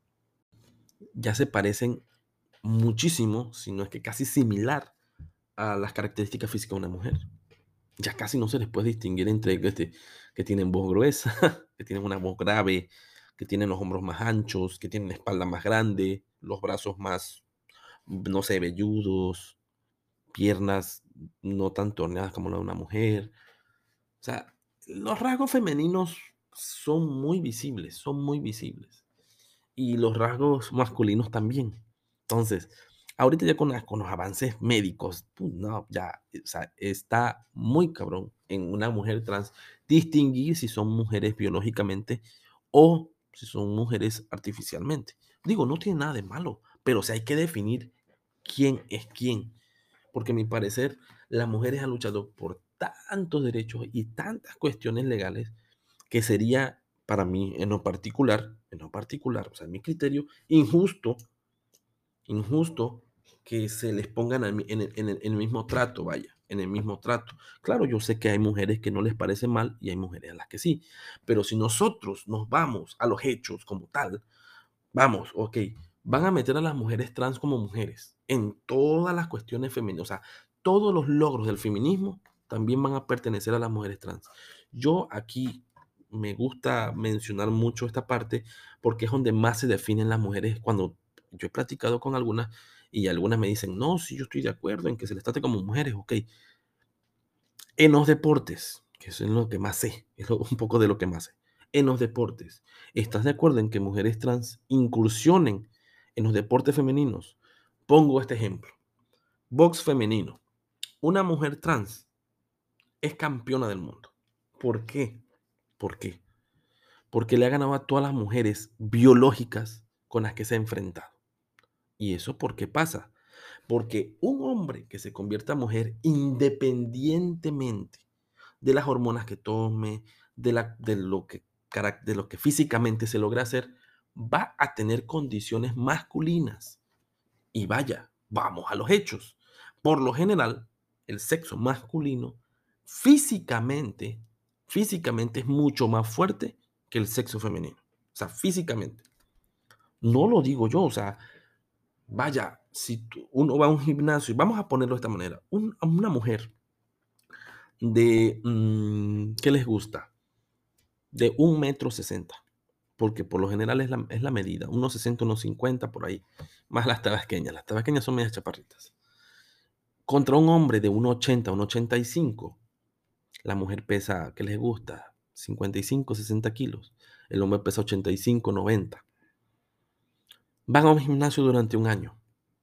ya se parecen muchísimo, si no es que casi similar a las características físicas de una mujer. Ya casi no se les puede distinguir entre este, que tienen voz gruesa, que tienen una voz grave, que tienen los hombros más anchos, que tienen la espalda más grande, los brazos más, no sé, velludos, piernas no tan torneadas como la de una mujer. O sea, los rasgos femeninos son muy visibles, son muy visibles. Y los rasgos masculinos también. Entonces, ahorita ya con, las- con los avances médicos, pu, no, ya, o sea, está muy cabrón en una mujer trans distinguir si son mujeres biológicamente o si son mujeres artificialmente. Digo, no tiene nada de malo, pero o sea, hay que definir quién es quién. Porque a mi parecer, las mujeres han luchado por tantos derechos y tantas cuestiones legales que sería para mí, en lo particular, en lo particular, o sea, en mi criterio, injusto, injusto que se les pongan al mi- en el, en el- en el mismo trato, vaya, en el mismo trato. Claro, yo sé que hay mujeres que no les parece mal y hay mujeres a las que sí, pero si nosotros nos vamos a los hechos como tal, vamos, ok, van a meter a las mujeres trans como mujeres en todas las cuestiones femeninas, o sea, todos los logros del feminismo también van a pertenecer a las mujeres trans. Yo aquí me gusta mencionar mucho esta parte porque es donde más se definen las mujeres cuando yo he platicado con algunas y algunas me dicen, no, sí, yo estoy de acuerdo en que se les trate como mujeres, ok. En los deportes, que eso es lo que más sé, es lo- un poco de lo que más sé. En los deportes, ¿estás de acuerdo en que mujeres trans incursionen en los deportes femeninos? Pongo este ejemplo. Box femenino. Una mujer trans es campeona del mundo. ¿Por qué? ¿Por qué? Porque le ha ganado a todas las mujeres biológicas con las que se ha enfrentado. ¿Y eso por qué pasa? Porque un hombre que se convierta a mujer independientemente de las hormonas que tome, de, la, de, lo que, de lo que físicamente se logra hacer, va a tener condiciones masculinas. Y vaya, vamos a los hechos. Por lo general, el sexo masculino físicamente, físicamente es mucho más fuerte que el sexo femenino. O sea, físicamente. No lo digo yo, o sea, vaya, si tú- uno va a un gimnasio, y vamos a ponerlo de esta manera, un- una mujer de, mm, ¿qué les gusta? De un metro sesenta, porque por lo general es la, es la medida, unos sesenta, unos cincuenta por ahí, más las tabasqueñas, las tabasqueñas son medias chaparritas. Contra un hombre de uno ochenta, uno ochenta y cinco, la mujer pesa, ¿qué les gusta? cincuenta y cinco, sesenta kilos, el hombre pesa ochenta y cinco, noventa. Van a un gimnasio durante un año.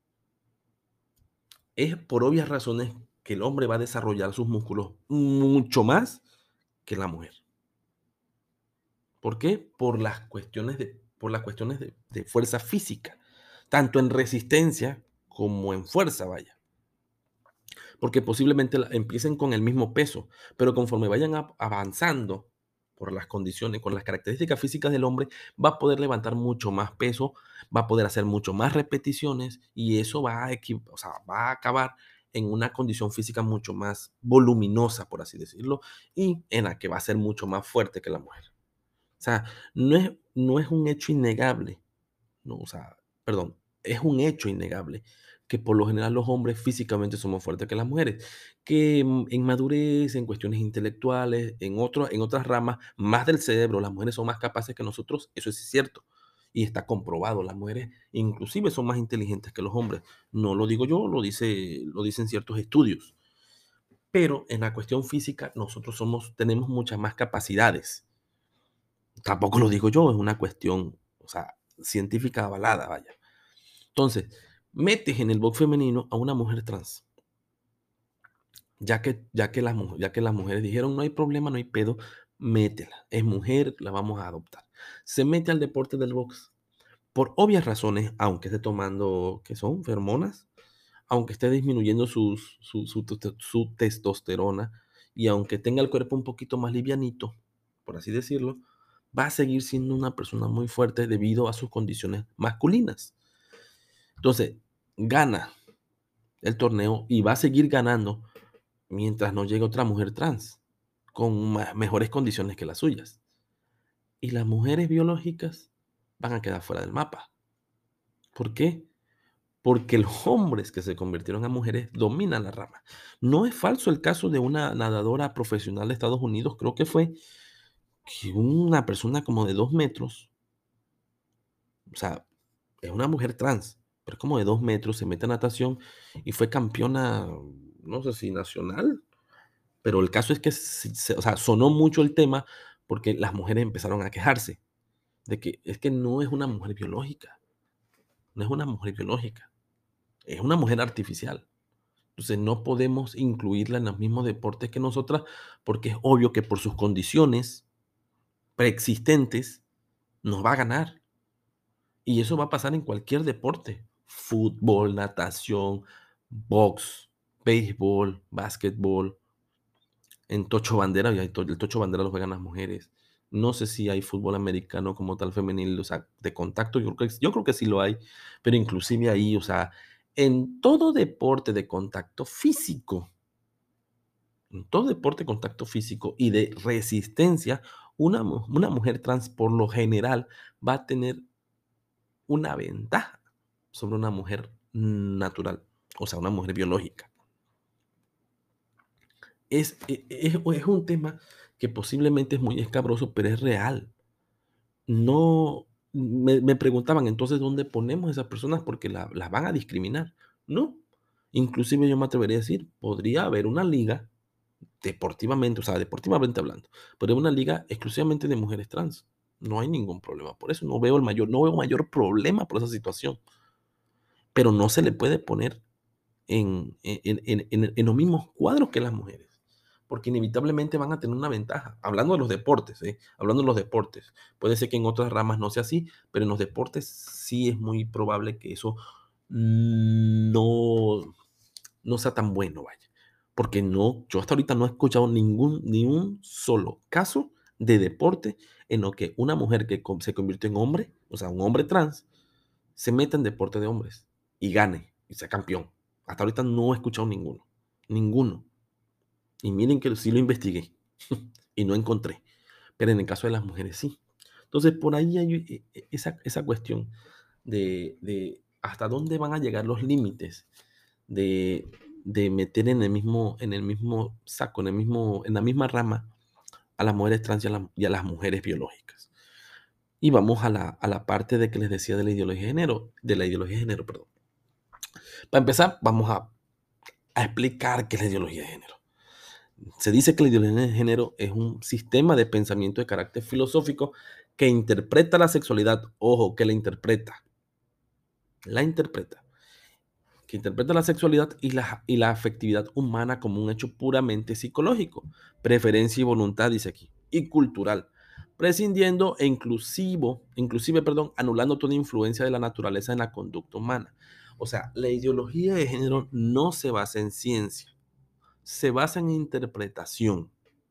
Es por obvias razones que el hombre va a desarrollar sus músculos mucho más que la mujer. ¿Por qué? Por las cuestiones de, por las cuestiones de, de fuerza física, tanto en resistencia como en fuerza, vaya. Porque posiblemente la- empiecen con el mismo peso, pero conforme vayan a- avanzando por las condiciones, con las características físicas del hombre, va a poder levantar mucho más peso, va a poder hacer mucho más repeticiones y eso va a, equi- o sea, va a acabar en una condición física mucho más voluminosa, por así decirlo, y en la que va a ser mucho más fuerte que la mujer. O sea, no es, no es un hecho innegable, no, o sea, perdón, es un hecho innegable que por lo general los hombres físicamente somos fuertes que las mujeres, que mm, en madurez, en cuestiones intelectuales, en, otro, en otras ramas, más del cerebro, las mujeres son más capaces que nosotros, eso es cierto. Y está comprobado, las mujeres inclusive son más inteligentes que los hombres. No lo digo yo, lo, dice, lo dicen ciertos estudios. Pero en la cuestión física nosotros somos, tenemos muchas más capacidades. Tampoco lo digo yo, es una cuestión, o sea, científica avalada, vaya. Entonces, metes en el box femenino a una mujer trans, ya que, ya que, las, mu- ya que las mujeres dijeron, no hay problema, no hay pedo, métela. Es mujer, la vamos a adoptar. Se mete al deporte del box. Por obvias razones, aunque esté tomando, ¿qué son? Hormonas, aunque esté disminuyendo sus- su, su, su- su testosterona y aunque tenga el cuerpo un poquito más livianito, por así decirlo, va a seguir siendo una persona muy fuerte debido a sus condiciones masculinas. Entonces, gana el torneo y va a seguir ganando mientras no llegue otra mujer trans. con ma- mejores condiciones que las suyas. Y las mujeres biológicas van a quedar fuera del mapa. ¿Por qué? Porque los hombres que se convirtieron a mujeres dominan la rama. No es falso el caso de una nadadora profesional de Estados Unidos, creo que fue que una persona como de dos metros, o sea, es una mujer trans, pero es como de dos metros, se mete a natación y fue campeona, no sé si nacional, pero el caso es que se- se- o sea, sonó mucho el tema porque las mujeres empezaron a quejarse de que es que no es una mujer biológica, no es una mujer biológica, es una mujer artificial. Entonces no podemos incluirla en los mismos deportes que nosotras porque es obvio que por sus condiciones preexistentes nos va a ganar. Y eso va a pasar en cualquier deporte. Fútbol, natación, box, béisbol, básquetbol. En tocho bandera, y hay to- el tocho bandera lo juegan las mujeres. No sé si hay fútbol americano como tal femenil, o sea, de contacto, yo creo que, yo creo que sí lo hay, pero inclusive ahí, o sea, en todo deporte de contacto físico, en todo deporte de contacto físico y de resistencia, una, mu- una mujer trans por lo general va a tener una ventaja sobre una mujer natural, o sea, una mujer biológica. Es, e- e- es, es un tema que posiblemente es muy escabroso, pero es real. No, me, me preguntaban entonces dónde ponemos a esas personas porque la- las van a discriminar. No, inclusive yo me atrevería a decir, podría haber una liga deportivamente, o sea, deportivamente hablando, pero una liga exclusivamente de mujeres trans. No hay ningún problema por eso, no veo el mayor, no veo mayor problema por esa situación, pero no se le puede poner en, en, en, en, en los mismos cuadros que las mujeres, porque inevitablemente van a tener una ventaja. Hablando de los deportes, ¿eh? Hablando de los deportes, puede ser que en otras ramas no sea así, pero en los deportes sí es muy probable que eso no, no sea tan bueno, vaya. Porque no, yo hasta ahorita no he escuchado ningún, ni un solo caso de deporte en lo que una mujer que se convirtió en hombre, o sea, un hombre trans, se meta en deporte de hombres y gane y sea campeón. Hasta ahorita no he escuchado ninguno. Ninguno. Y miren que sí lo investigué y no encontré. Pero en el caso de las mujeres sí. Entonces, por ahí hay e- e- esa, esa cuestión de, de hasta dónde van a llegar los límites de, de meter en el mismo, en el mismo saco, en el mismo, en la misma rama a las mujeres trans y a, la- y a las mujeres biológicas. Y vamos a la, a la parte de que les decía de la ideología de género, de la ideología de género, perdón. Para empezar, vamos a, a explicar qué es la ideología de género. Se dice que la ideología de género es un sistema de pensamiento de carácter filosófico que interpreta la sexualidad, ojo, que la interpreta, la interpreta, que interpreta la sexualidad y la, y la afectividad humana como un hecho puramente psicológico, preferencia y voluntad, dice aquí, y cultural, prescindiendo e inclusivo, inclusive, perdón, anulando toda influencia de la naturaleza en la conducta humana. O sea, la ideología de género no se basa en ciencia, se basa en interpretación.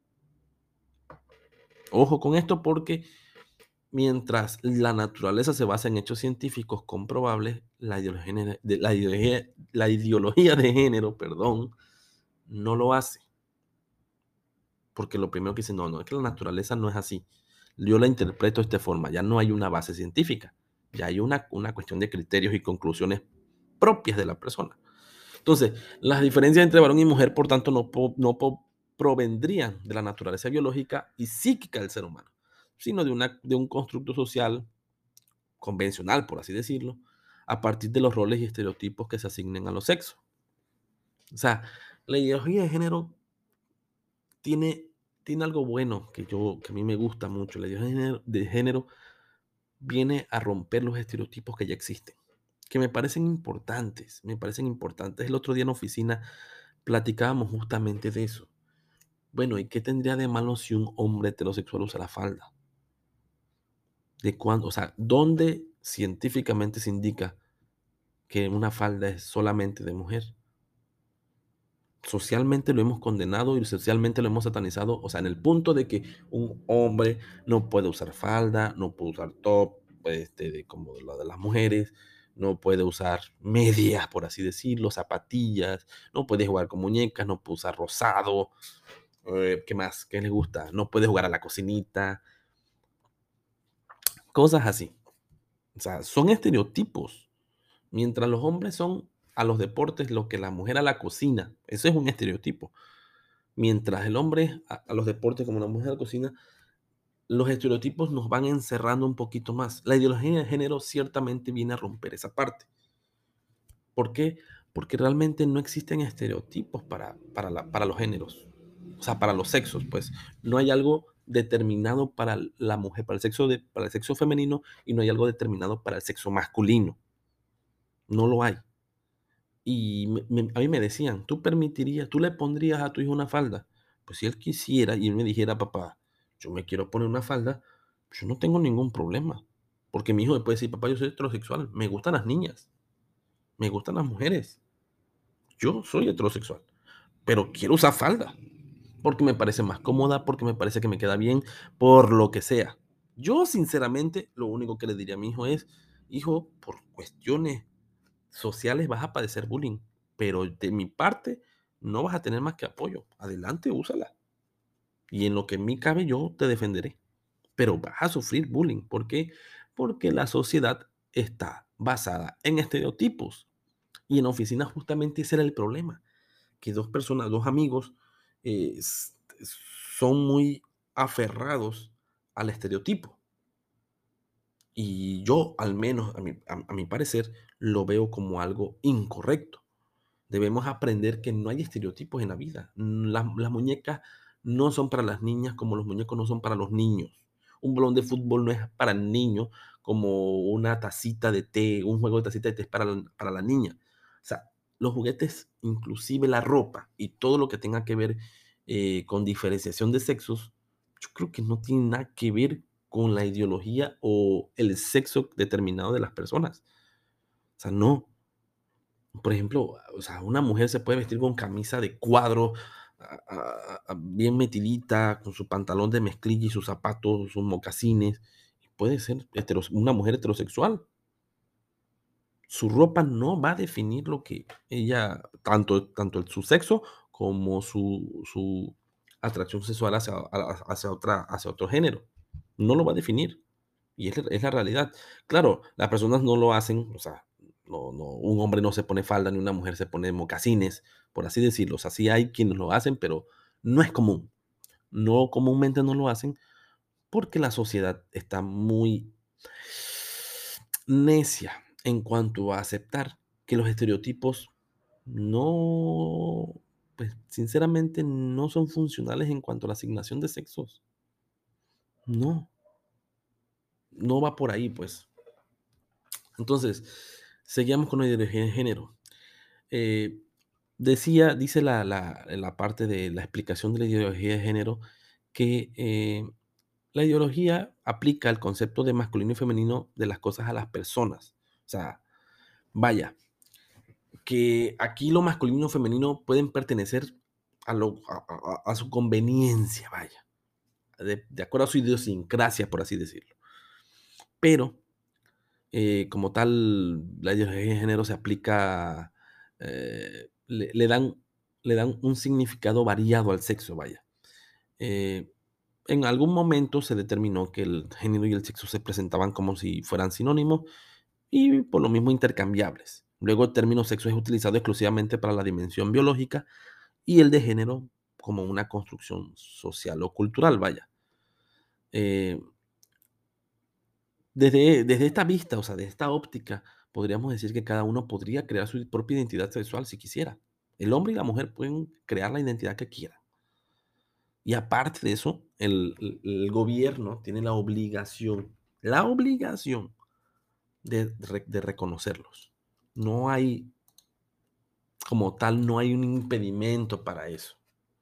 Ojo con esto porque mientras la naturaleza se basa en hechos científicos comprobables, la ideología, de, la ideología, la ideología de género, perdón, no lo hace. Porque lo primero que dice, no, no, es que la naturaleza no es así. Yo la interpreto de esta forma, ya no hay una base científica, ya hay una, una cuestión de criterios y conclusiones propias de la persona. Entonces, las diferencias entre varón y mujer, por tanto, no, no provendrían de la naturaleza biológica y psíquica del ser humano, sino de, una, de un constructo social convencional, por así decirlo, a partir de los roles y estereotipos que se asignen a los sexos. O sea, la ideología de género tiene, tiene algo bueno que, yo, que a mí me gusta mucho. La ideología de género, de género viene a romper los estereotipos que ya existen, que me parecen importantes, me parecen importantes. El otro día en la oficina platicábamos justamente de eso. Bueno, ¿y qué tendría de malo si un hombre heterosexual usa la falda? ¿De cuándo? O sea, ¿dónde científicamente se indica que una falda es solamente de mujer? Socialmente lo hemos condenado y socialmente lo hemos satanizado, o sea, en el punto de que un hombre no puede usar falda, no puede usar top, este, de, como lo de las mujeres, no puede usar medias, por así decirlo, zapatillas, no puede jugar con muñecas, no puede usar rosado. Eh, ¿qué más? ¿Qué les gusta? No puede jugar a la cocinita. Cosas así. O sea, son estereotipos. Mientras los hombres son a los deportes lo que la mujer a la cocina. Eso es un estereotipo. Mientras el hombre a, a los deportes como la mujer a la cocina, los estereotipos nos van encerrando un poquito más. La ideología de género ciertamente viene a romper esa parte. ¿Por qué? Porque realmente no existen estereotipos para, para, la, para los géneros. O sea, para los sexos, pues. No hay algo determinado para la mujer, para el sexo, de, para el sexo femenino, y no hay algo determinado para el sexo masculino. No lo hay. Y me, me, a mí me decían, ¿tú permitirías, tú le pondrías a tu hijo una falda? Pues si él quisiera y él me dijera, papá, yo me quiero poner una falda, yo no tengo ningún problema. Porque mi hijo me puede decir, papá, yo soy heterosexual, me gustan las niñas, me gustan las mujeres, yo soy heterosexual, pero quiero usar falda, porque me parece más cómoda, porque me parece que me queda bien, por lo que sea. Yo, sinceramente, lo único que le diría a mi hijo es, hijo, por cuestiones sociales vas a padecer bullying, pero de mi parte no vas a tener más que apoyo. Adelante, úsala. Y en lo que en mí cabe, yo te defenderé. Pero vas a sufrir bullying. ¿Por qué? Porque la sociedad está basada en estereotipos. Y en la oficina justamente ese era el problema. Que dos personas, dos amigos, eh, son muy aferrados al estereotipo. Y yo, al menos, a mi, a, a mi parecer, lo veo como algo incorrecto. Debemos aprender que no hay estereotipos en la vida. Las, las muñecas no son para las niñas como los muñecos no son para los niños. Un balón de fútbol no es para el niño como una tacita de té, un juego de tacita de té es para la, para la niña. O sea, los juguetes, inclusive la ropa y todo lo que tenga que ver eh, con diferenciación de sexos, yo creo que no tiene nada que ver con la ideología o el sexo determinado de las personas. O sea, no. Por ejemplo, o sea, una mujer se puede vestir con camisa de cuadro, a- a- a- bien metidita, con su pantalón de mezclilla y sus zapatos, sus mocasines. Y puede ser heteros- una mujer heterosexual. Su ropa no va a definir lo que ella, tanto, tanto el- su sexo como su, su atracción sexual hacia, a- hacia, otra, hacia otro género. No lo va a definir. Y es, la- es la realidad. Claro, las personas no lo hacen, o sea, no, no, un hombre no se pone falda ni una mujer se pone mocasines, por así decirlo. O sea, sí hay quienes lo hacen, pero no es común. No comúnmente no lo hacen porque la sociedad está muy necia en cuanto a aceptar que los estereotipos no, pues sinceramente no son funcionales en cuanto a la asignación de sexos. No, no va por ahí, pues. Entonces, seguíamos con la ideología de género. Eh, decía, dice la, la, la parte de la explicación de la ideología de género que eh, la ideología aplica el concepto de masculino y femenino de las cosas a las personas. O sea, vaya, que aquí lo masculino y femenino pueden pertenecer a, lo, a, a, a su conveniencia, vaya, de, de, acuerdo a su idiosincrasia, por así decirlo. Pero, eh, como tal, la ideología de género se aplica, eh, le, le, dan, le dan un significado variado al sexo, vaya. Eh, en algún momento se determinó que el género y el sexo se presentaban como si fueran sinónimos y por lo mismo intercambiables. Luego el término sexo es utilizado exclusivamente para la dimensión biológica y el de género como una construcción social o cultural, vaya. Eh, desde, desde esta vista, o sea, de esta óptica, podríamos decir que cada uno podría crear su propia identidad sexual si quisiera. El hombre y la mujer pueden crear la identidad que quieran. Y aparte de eso, el, el- el gobierno tiene la obligación, la obligación de, re- de reconocerlos. No hay, como tal, no hay un impedimento para eso.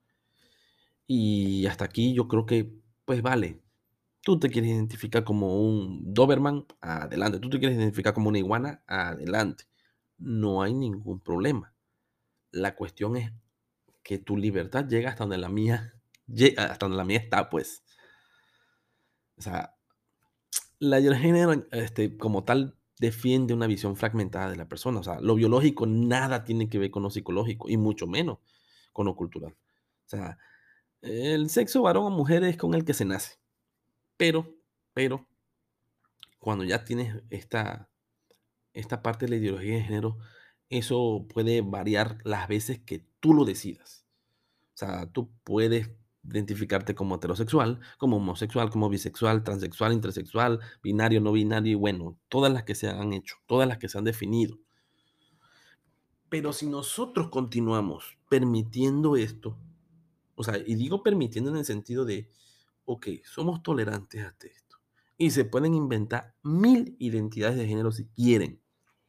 Y hasta aquí yo creo que, pues vale, tú te quieres identificar como un Doberman, adelante. Tú te quieres identificar como una iguana, adelante. No hay ningún problema. La cuestión es que tu libertad llega hasta donde la mía, llega hasta donde la mía está, pues. O sea, la género, este, como tal, defiende una visión fragmentada de la persona. O sea, lo biológico nada tiene que ver con lo psicológico y mucho menos con lo cultural. O sea, El sexo varón o mujer es con el que se nace, pero, pero, cuando ya tienes esta, esta parte de la ideología de género, eso puede variar las veces que tú lo decidas. O sea, tú puedes identificarte como heterosexual, como homosexual, como bisexual, transexual, intersexual, binario, no binario, y bueno, todas las que se han hecho, todas las que se han definido. Pero si nosotros continuamos permitiendo esto, o sea, y digo permitiendo en el sentido de, ok, somos tolerantes ante esto, y se pueden inventar mil identidades de género si quieren,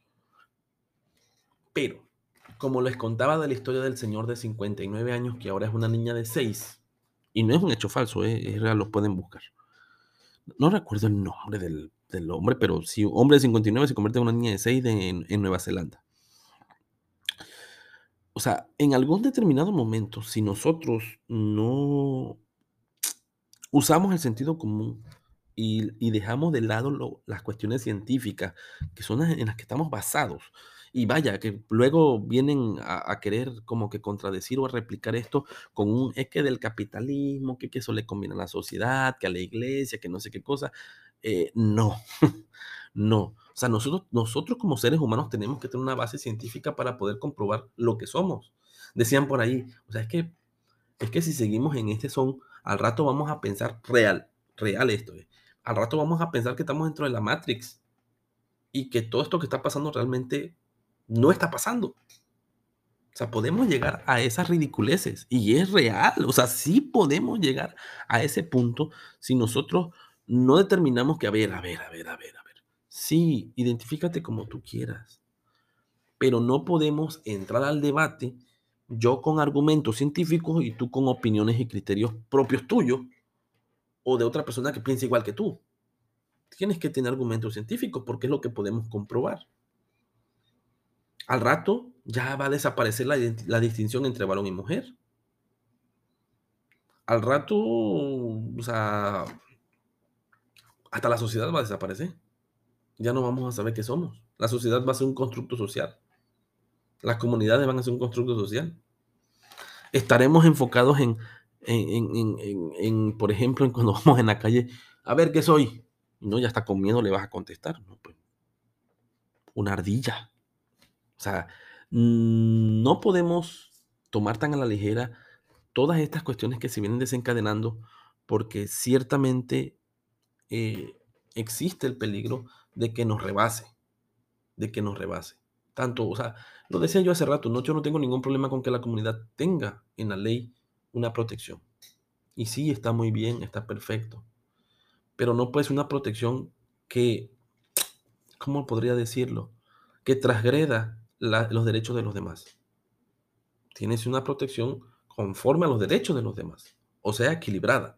pero como les contaba de la historia del señor de cincuenta y nueve años que ahora es una niña de seis, y no es un hecho falso, es, es real, lo pueden buscar. No recuerdo el nombre del, del hombre, pero sí, hombre de cincuenta y nueve se convierte en una niña de seis de, en, en Nueva Zelanda. O sea, en algún determinado momento, si nosotros no usamos el sentido común y, y dejamos de lado lo- las cuestiones científicas, que son las en las que estamos basados, y vaya, que luego vienen a, a querer como que contradecir o a replicar esto con un es que del capitalismo, que, que eso le conviene a la sociedad, que a la iglesia, que no sé qué cosa. Eh, no, no. O sea, nosotros, nosotros como seres humanos tenemos que tener una base científica para poder comprobar lo que somos. Decían por ahí, o sea, es que es que si seguimos en este son, al rato vamos a pensar real, real esto, eh, al rato vamos a pensar que estamos dentro de la Matrix y que todo esto que está pasando realmente no está pasando. O sea, podemos llegar a esas ridiculeces y es real. O sea, sí podemos llegar a ese punto si nosotros no determinamos que, a ver, a ver, a ver, a ver, a ver. Sí, identifícate como tú quieras, pero no podemos entrar al debate yo con argumentos científicos y tú con opiniones y criterios propios tuyos o de otra persona que piensa igual que tú. Tienes que tener argumentos científicos porque es lo que podemos comprobar. Al rato ya va a desaparecer la, la distinción entre varón y mujer. Al rato, o sea, hasta la sociedad va a desaparecer. Ya no vamos a saber qué somos. La sociedad va a ser un constructo social. Las comunidades van a ser un constructo social. Estaremos enfocados en, en, en, en, en, en por ejemplo, en cuando vamos en la calle, a ver qué soy. No, ya está con miedo, le vas a contestar. No, pues, una ardilla. O sea, mm, no podemos tomar tan a la ligera todas estas cuestiones que se vienen desencadenando porque ciertamente eh, existe el peligro de que nos rebase, de que nos rebase. Tanto, o sea, lo decía yo hace rato, no, yo no tengo ningún problema con que la comunidad tenga en la ley una protección. Y sí, está muy bien, está perfecto. Pero no puede ser una protección que, ¿cómo podría decirlo? Que transgreda la- los derechos de los demás. Tienes una protección conforme a los derechos de los demás, o sea, equilibrada.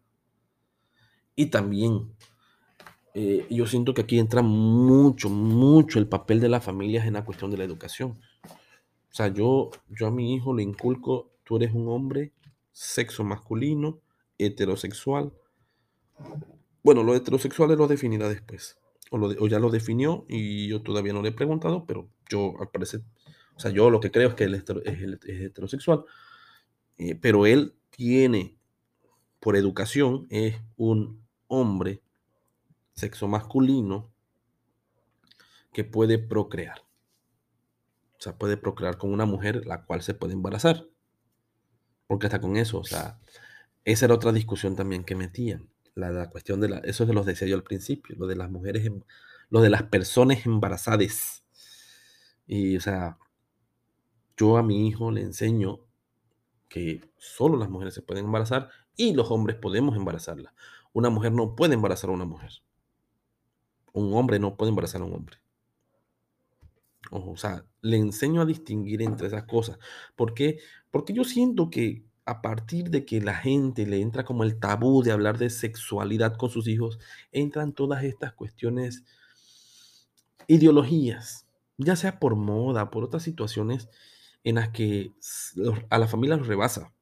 Y también eh, yo siento que aquí entra mucho, mucho el papel de las familias en la cuestión de la educación. O sea, yo, yo a mi hijo le inculco, tú eres un hombre, sexo masculino, heterosexual. Bueno, lo heterosexual él lo definirá después, o, lo de- o ya lo definió y yo todavía no le he preguntado, pero yo al parecer, o sea, yo lo que creo es que él es, hetero- es el- es heterosexual, eh, pero él tiene por educación es un hombre, sexo masculino, que puede procrear. O sea, puede procrear con una mujer la cual se puede embarazar. Porque hasta con eso, o sea, esa era otra discusión también que metían. La, la cuestión de la, eso se los decía yo al principio, lo de las mujeres, em- lo de las personas embarazadas. Y, o sea, yo a mi hijo le enseño que solo las mujeres se pueden embarazar y los hombres podemos embarazarla. Una mujer no puede embarazar a una mujer. Un hombre no puede embarazar a un hombre. O sea, le enseño a distinguir entre esas cosas. ¿Por qué? Porque yo siento que a partir de que la gente le entra como el tabú de hablar de sexualidad con sus hijos, entran todas estas cuestiones, ideologías, ya sea por moda, por otras situaciones en las que s- los- a la familia los rebasa.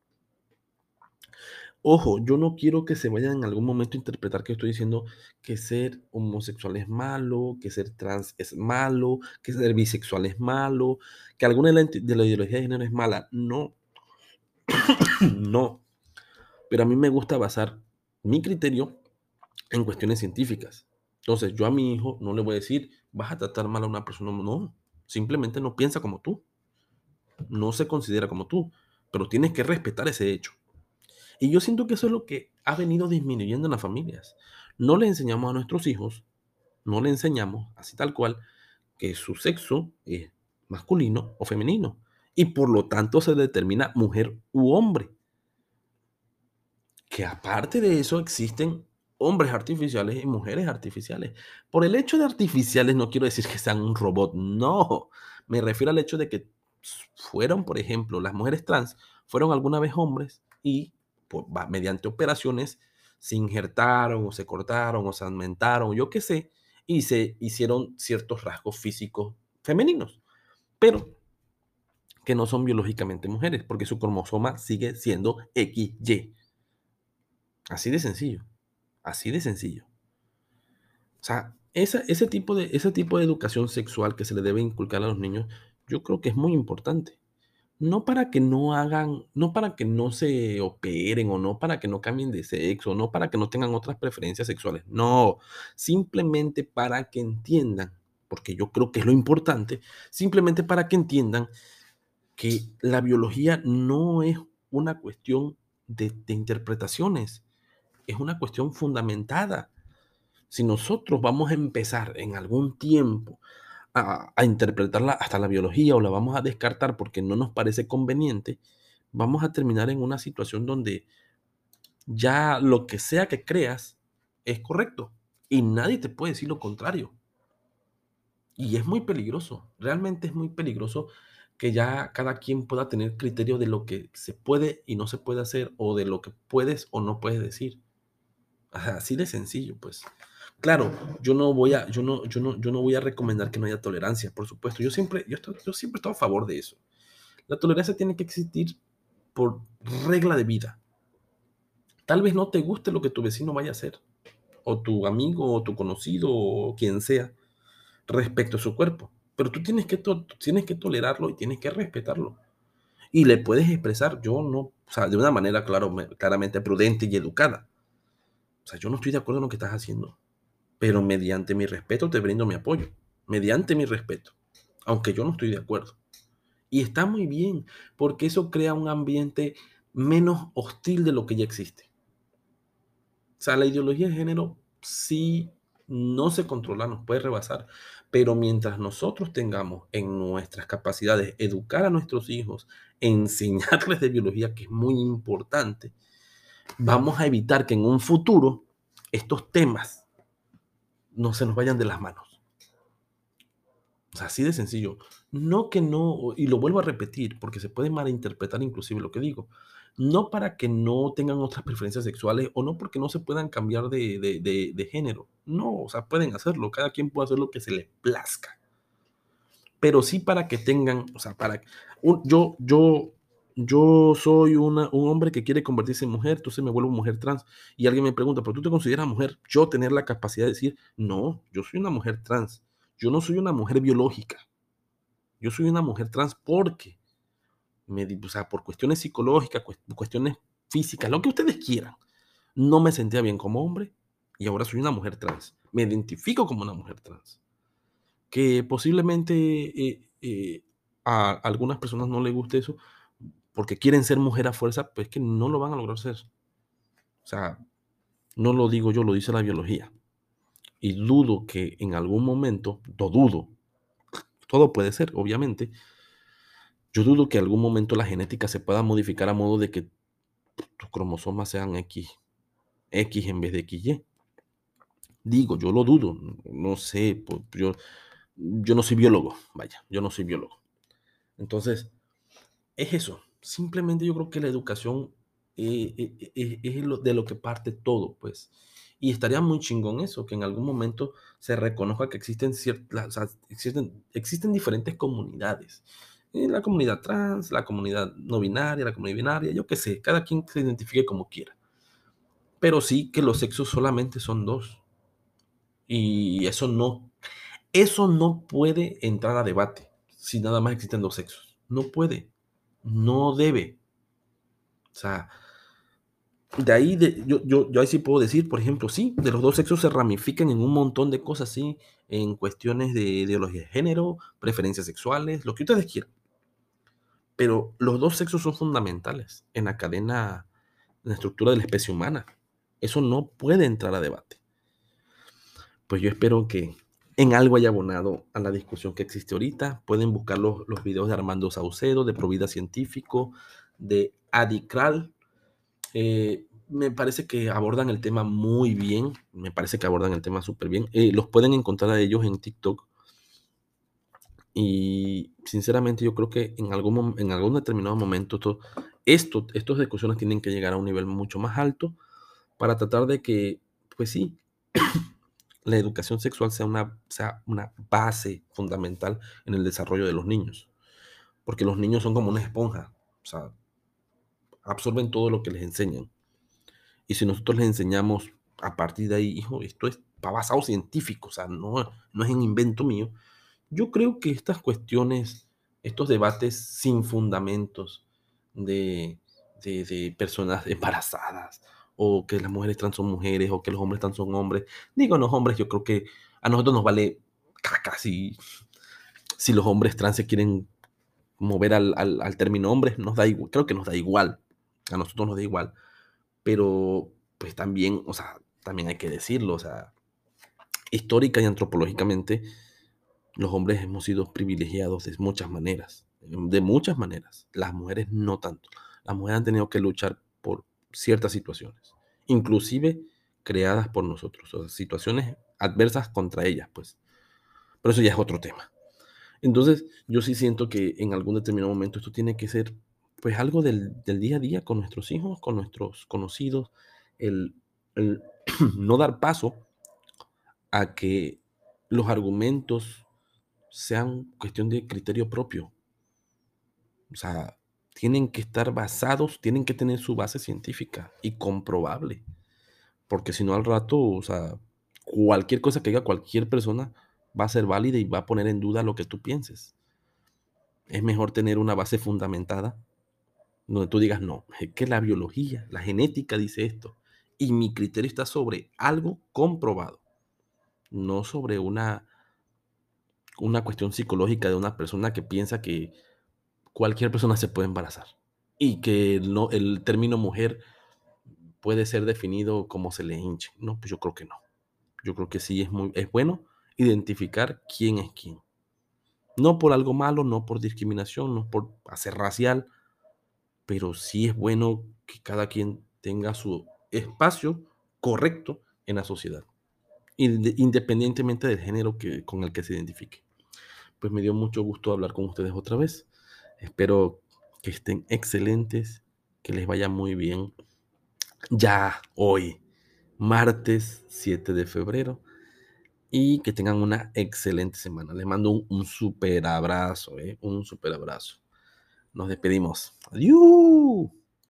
Ojo, yo no quiero que se vayan en algún momento a interpretar que estoy diciendo que ser homosexual es malo, que ser trans es malo, que ser bisexual es malo, que alguna de la, de la ideología de género es mala. No, no. pero a mí me gusta basar mi criterio en cuestiones científicas. Entonces, yo a mi hijo no le voy a decir, vas a tratar mal a una persona, no, simplemente no piensa como tú, no se considera como tú, pero tienes que respetar ese hecho. Y yo siento que eso es lo que ha venido disminuyendo en las familias. No le enseñamos a nuestros hijos, no le enseñamos, así tal cual, que su sexo es masculino o femenino. Y por lo tanto se determina mujer u hombre. Que aparte de eso existen hombres artificiales y mujeres artificiales. Por el hecho de artificiales no quiero decir que sean un robot, no. Me refiero al hecho de que fueron, por ejemplo, las mujeres trans, fueron alguna vez hombres y por, va- mediante operaciones se injertaron o se cortaron o se aumentaron, yo qué sé, y se hicieron ciertos rasgos físicos femeninos, pero que no son biológicamente mujeres, porque su cromosoma sigue siendo equis ye. Así de sencillo. Así de sencillo. O sea, esa, ese, tipo de, ese tipo de educación sexual que se le debe inculcar a los niños, yo creo que es muy importante. No para que no hagan, no para que no se operen o no para que no cambien de sexo, no para que no tengan otras preferencias sexuales. No, simplemente para que entiendan, porque yo creo que es lo importante, simplemente para que entiendan que la biología no es una cuestión de, de interpretaciones, es una cuestión fundamentada. Si nosotros vamos a empezar en algún tiempo a, a interpretarla hasta la biología o la vamos a descartar porque no nos parece conveniente, vamos a terminar en una situación donde ya lo que sea que creas es correcto y nadie te puede decir lo contrario. Y es muy peligroso, realmente es muy peligroso que ya cada quien pueda tener criterio de lo que se puede y no se puede hacer o de lo que puedes o no puedes decir. Así de sencillo, pues. Claro, yo no voy a, yo no, yo no, yo no voy a recomendar que no haya tolerancia, por supuesto. Yo siempre, yo, estoy, yo siempre he estado a favor de eso. La tolerancia tiene que existir por regla de vida. Tal vez no te guste lo que tu vecino vaya a hacer, o tu amigo, o tu conocido, o quien sea, respecto a su cuerpo. Pero tú tienes que, to tienes que tolerarlo y tienes que respetarlo. Y le puedes expresar, yo no, o sea, de una manera claro, claramente prudente y educada. O sea, yo no estoy de acuerdo en lo que estás haciendo, pero mediante mi respeto te brindo mi apoyo, mediante mi respeto, aunque yo no estoy de acuerdo. Y está muy bien, porque eso crea un ambiente menos hostil de lo que ya existe. O sea, la ideología de género sí no se controla, nos puede rebasar, pero mientras nosotros tengamos en nuestras capacidades educar a nuestros hijos, enseñarles de biología, que es muy importante, vamos a evitar que en un futuro estos temas no se nos vayan de las manos. O sea, así de sencillo. No que no, y lo vuelvo a repetir, porque se puede malinterpretar inclusive lo que digo. No para que no tengan otras preferencias sexuales o no porque no se puedan cambiar de, de, de, de género. No, o sea, pueden hacerlo. Cada quien puede hacer lo que se le plazca. Pero sí para que tengan, o sea, para... Un, yo, yo, yo soy una, un hombre que quiere convertirse en mujer, entonces me vuelvo mujer trans. Y alguien me pregunta, ¿pero tú te consideras mujer? Yo tener la capacidad de decir, no, yo soy una mujer trans. Yo no soy una mujer biológica. Yo soy una mujer trans porque, me, o sea, por cuestiones psicológicas, cuestiones físicas, lo que ustedes quieran, no me sentía bien como hombre y ahora soy una mujer trans. Me identifico como una mujer trans. Que posiblemente eh, eh, a algunas personas no les guste eso porque quieren ser mujer a fuerza, pues que no lo van a lograr ser. O sea, no lo digo yo, lo dice la biología. Y dudo que en algún momento, lo dudo, todo puede ser, obviamente, yo dudo que en algún momento la genética se pueda modificar a modo de que tus cromosomas sean X, X en vez de equis ye. Digo, yo lo dudo, no sé, pues, yo, yo no soy biólogo, vaya, yo no soy biólogo. Entonces, es eso. Simplemente yo creo que la educación eh, eh, eh, es lo, de lo que parte todo, pues. Y estaría muy chingón eso, que en algún momento se reconozca que existen ciertas, o sea, existen, existen diferentes comunidades. Eh, La comunidad trans, la comunidad no binaria, la comunidad binaria, yo qué sé, cada quien se identifique como quiera. Pero sí que los sexos solamente son dos. Y eso no, eso no puede entrar a debate si nada más existen dos sexos. No puede, no debe. O sea, de ahí, de, yo, yo, yo ahí sí puedo decir, por ejemplo, sí, de los dos sexos se ramifican en un montón de cosas, sí, en cuestiones de ideología de género, preferencias sexuales, lo que ustedes quieran. Pero los dos sexos son fundamentales en la cadena, en la estructura de la especie humana. Eso no puede entrar a debate. Pues yo espero que en algo haya abonado a la discusión que existe ahorita. Pueden buscar los, los videos de Armando Saucedo, de Provida Científico, de Adicral. Eh, me parece que abordan el tema muy bien. Me parece que abordan el tema súper bien. Eh, los pueden encontrar a ellos en TikTok. Y sinceramente yo creo que en algún, en algún determinado momento esto, esto, estas discusiones tienen que llegar a un nivel mucho más alto para tratar de que, pues sí, la educación sexual sea una, sea una base fundamental en el desarrollo de los niños. Porque los niños son como una esponja, o sea, absorben todo lo que les enseñan. Y si nosotros les enseñamos a partir de ahí, hijo, esto es basado científico, o sea, no, no es un invento mío, yo creo que estas cuestiones, estos debates sin fundamentos de, de, de personas embarazadas, o que las mujeres trans son mujeres, o que los hombres trans son hombres, digo los hombres, yo creo que a nosotros nos vale caca si, si los hombres trans se quieren mover al, al, al término hombres, nos da igual, creo que nos da igual, a nosotros nos da igual, pero pues también, o sea, también hay que decirlo, o sea, histórica y antropológicamente, los hombres hemos sido privilegiados de muchas maneras, de muchas maneras. Las mujeres no tanto. Las mujeres han tenido que luchar por ciertas situaciones, inclusive creadas por nosotros, o sea, situaciones adversas contra ellas, pues. Pero eso ya es otro tema. Entonces, yo sí siento que en algún determinado momento esto tiene que ser, pues, algo del, del día a día con nuestros hijos, con nuestros conocidos, el, el no dar paso a que los argumentos sean cuestión de criterio propio. O sea, tienen que estar basados, tienen que tener su base científica y comprobable. Porque si no al rato, o sea, cualquier cosa que diga cualquier persona va a ser válida y va a poner en duda lo que tú pienses. Es mejor tener una base fundamentada donde tú digas, no, es que la biología, la genética dice esto. Y mi criterio está sobre algo comprobado, no sobre una, una cuestión psicológica de una persona que piensa que cualquier persona se puede embarazar y que no, el término mujer puede ser definido como se le hinche. No, pues yo creo que no. Yo creo que sí es, muy, es bueno identificar quién es quién. No por algo malo, no por discriminación, no por hacer racial, pero sí es bueno que cada quien tenga su espacio correcto en la sociedad, independientemente del género que, con el que se identifique. Pues me dio mucho gusto hablar con ustedes otra vez. Espero que estén excelentes, que les vaya muy bien. Ya hoy, martes siete de febrero, y que tengan una excelente semana. Les mando un, un super abrazo, ¿eh? Un super abrazo. Nos despedimos. Adiós.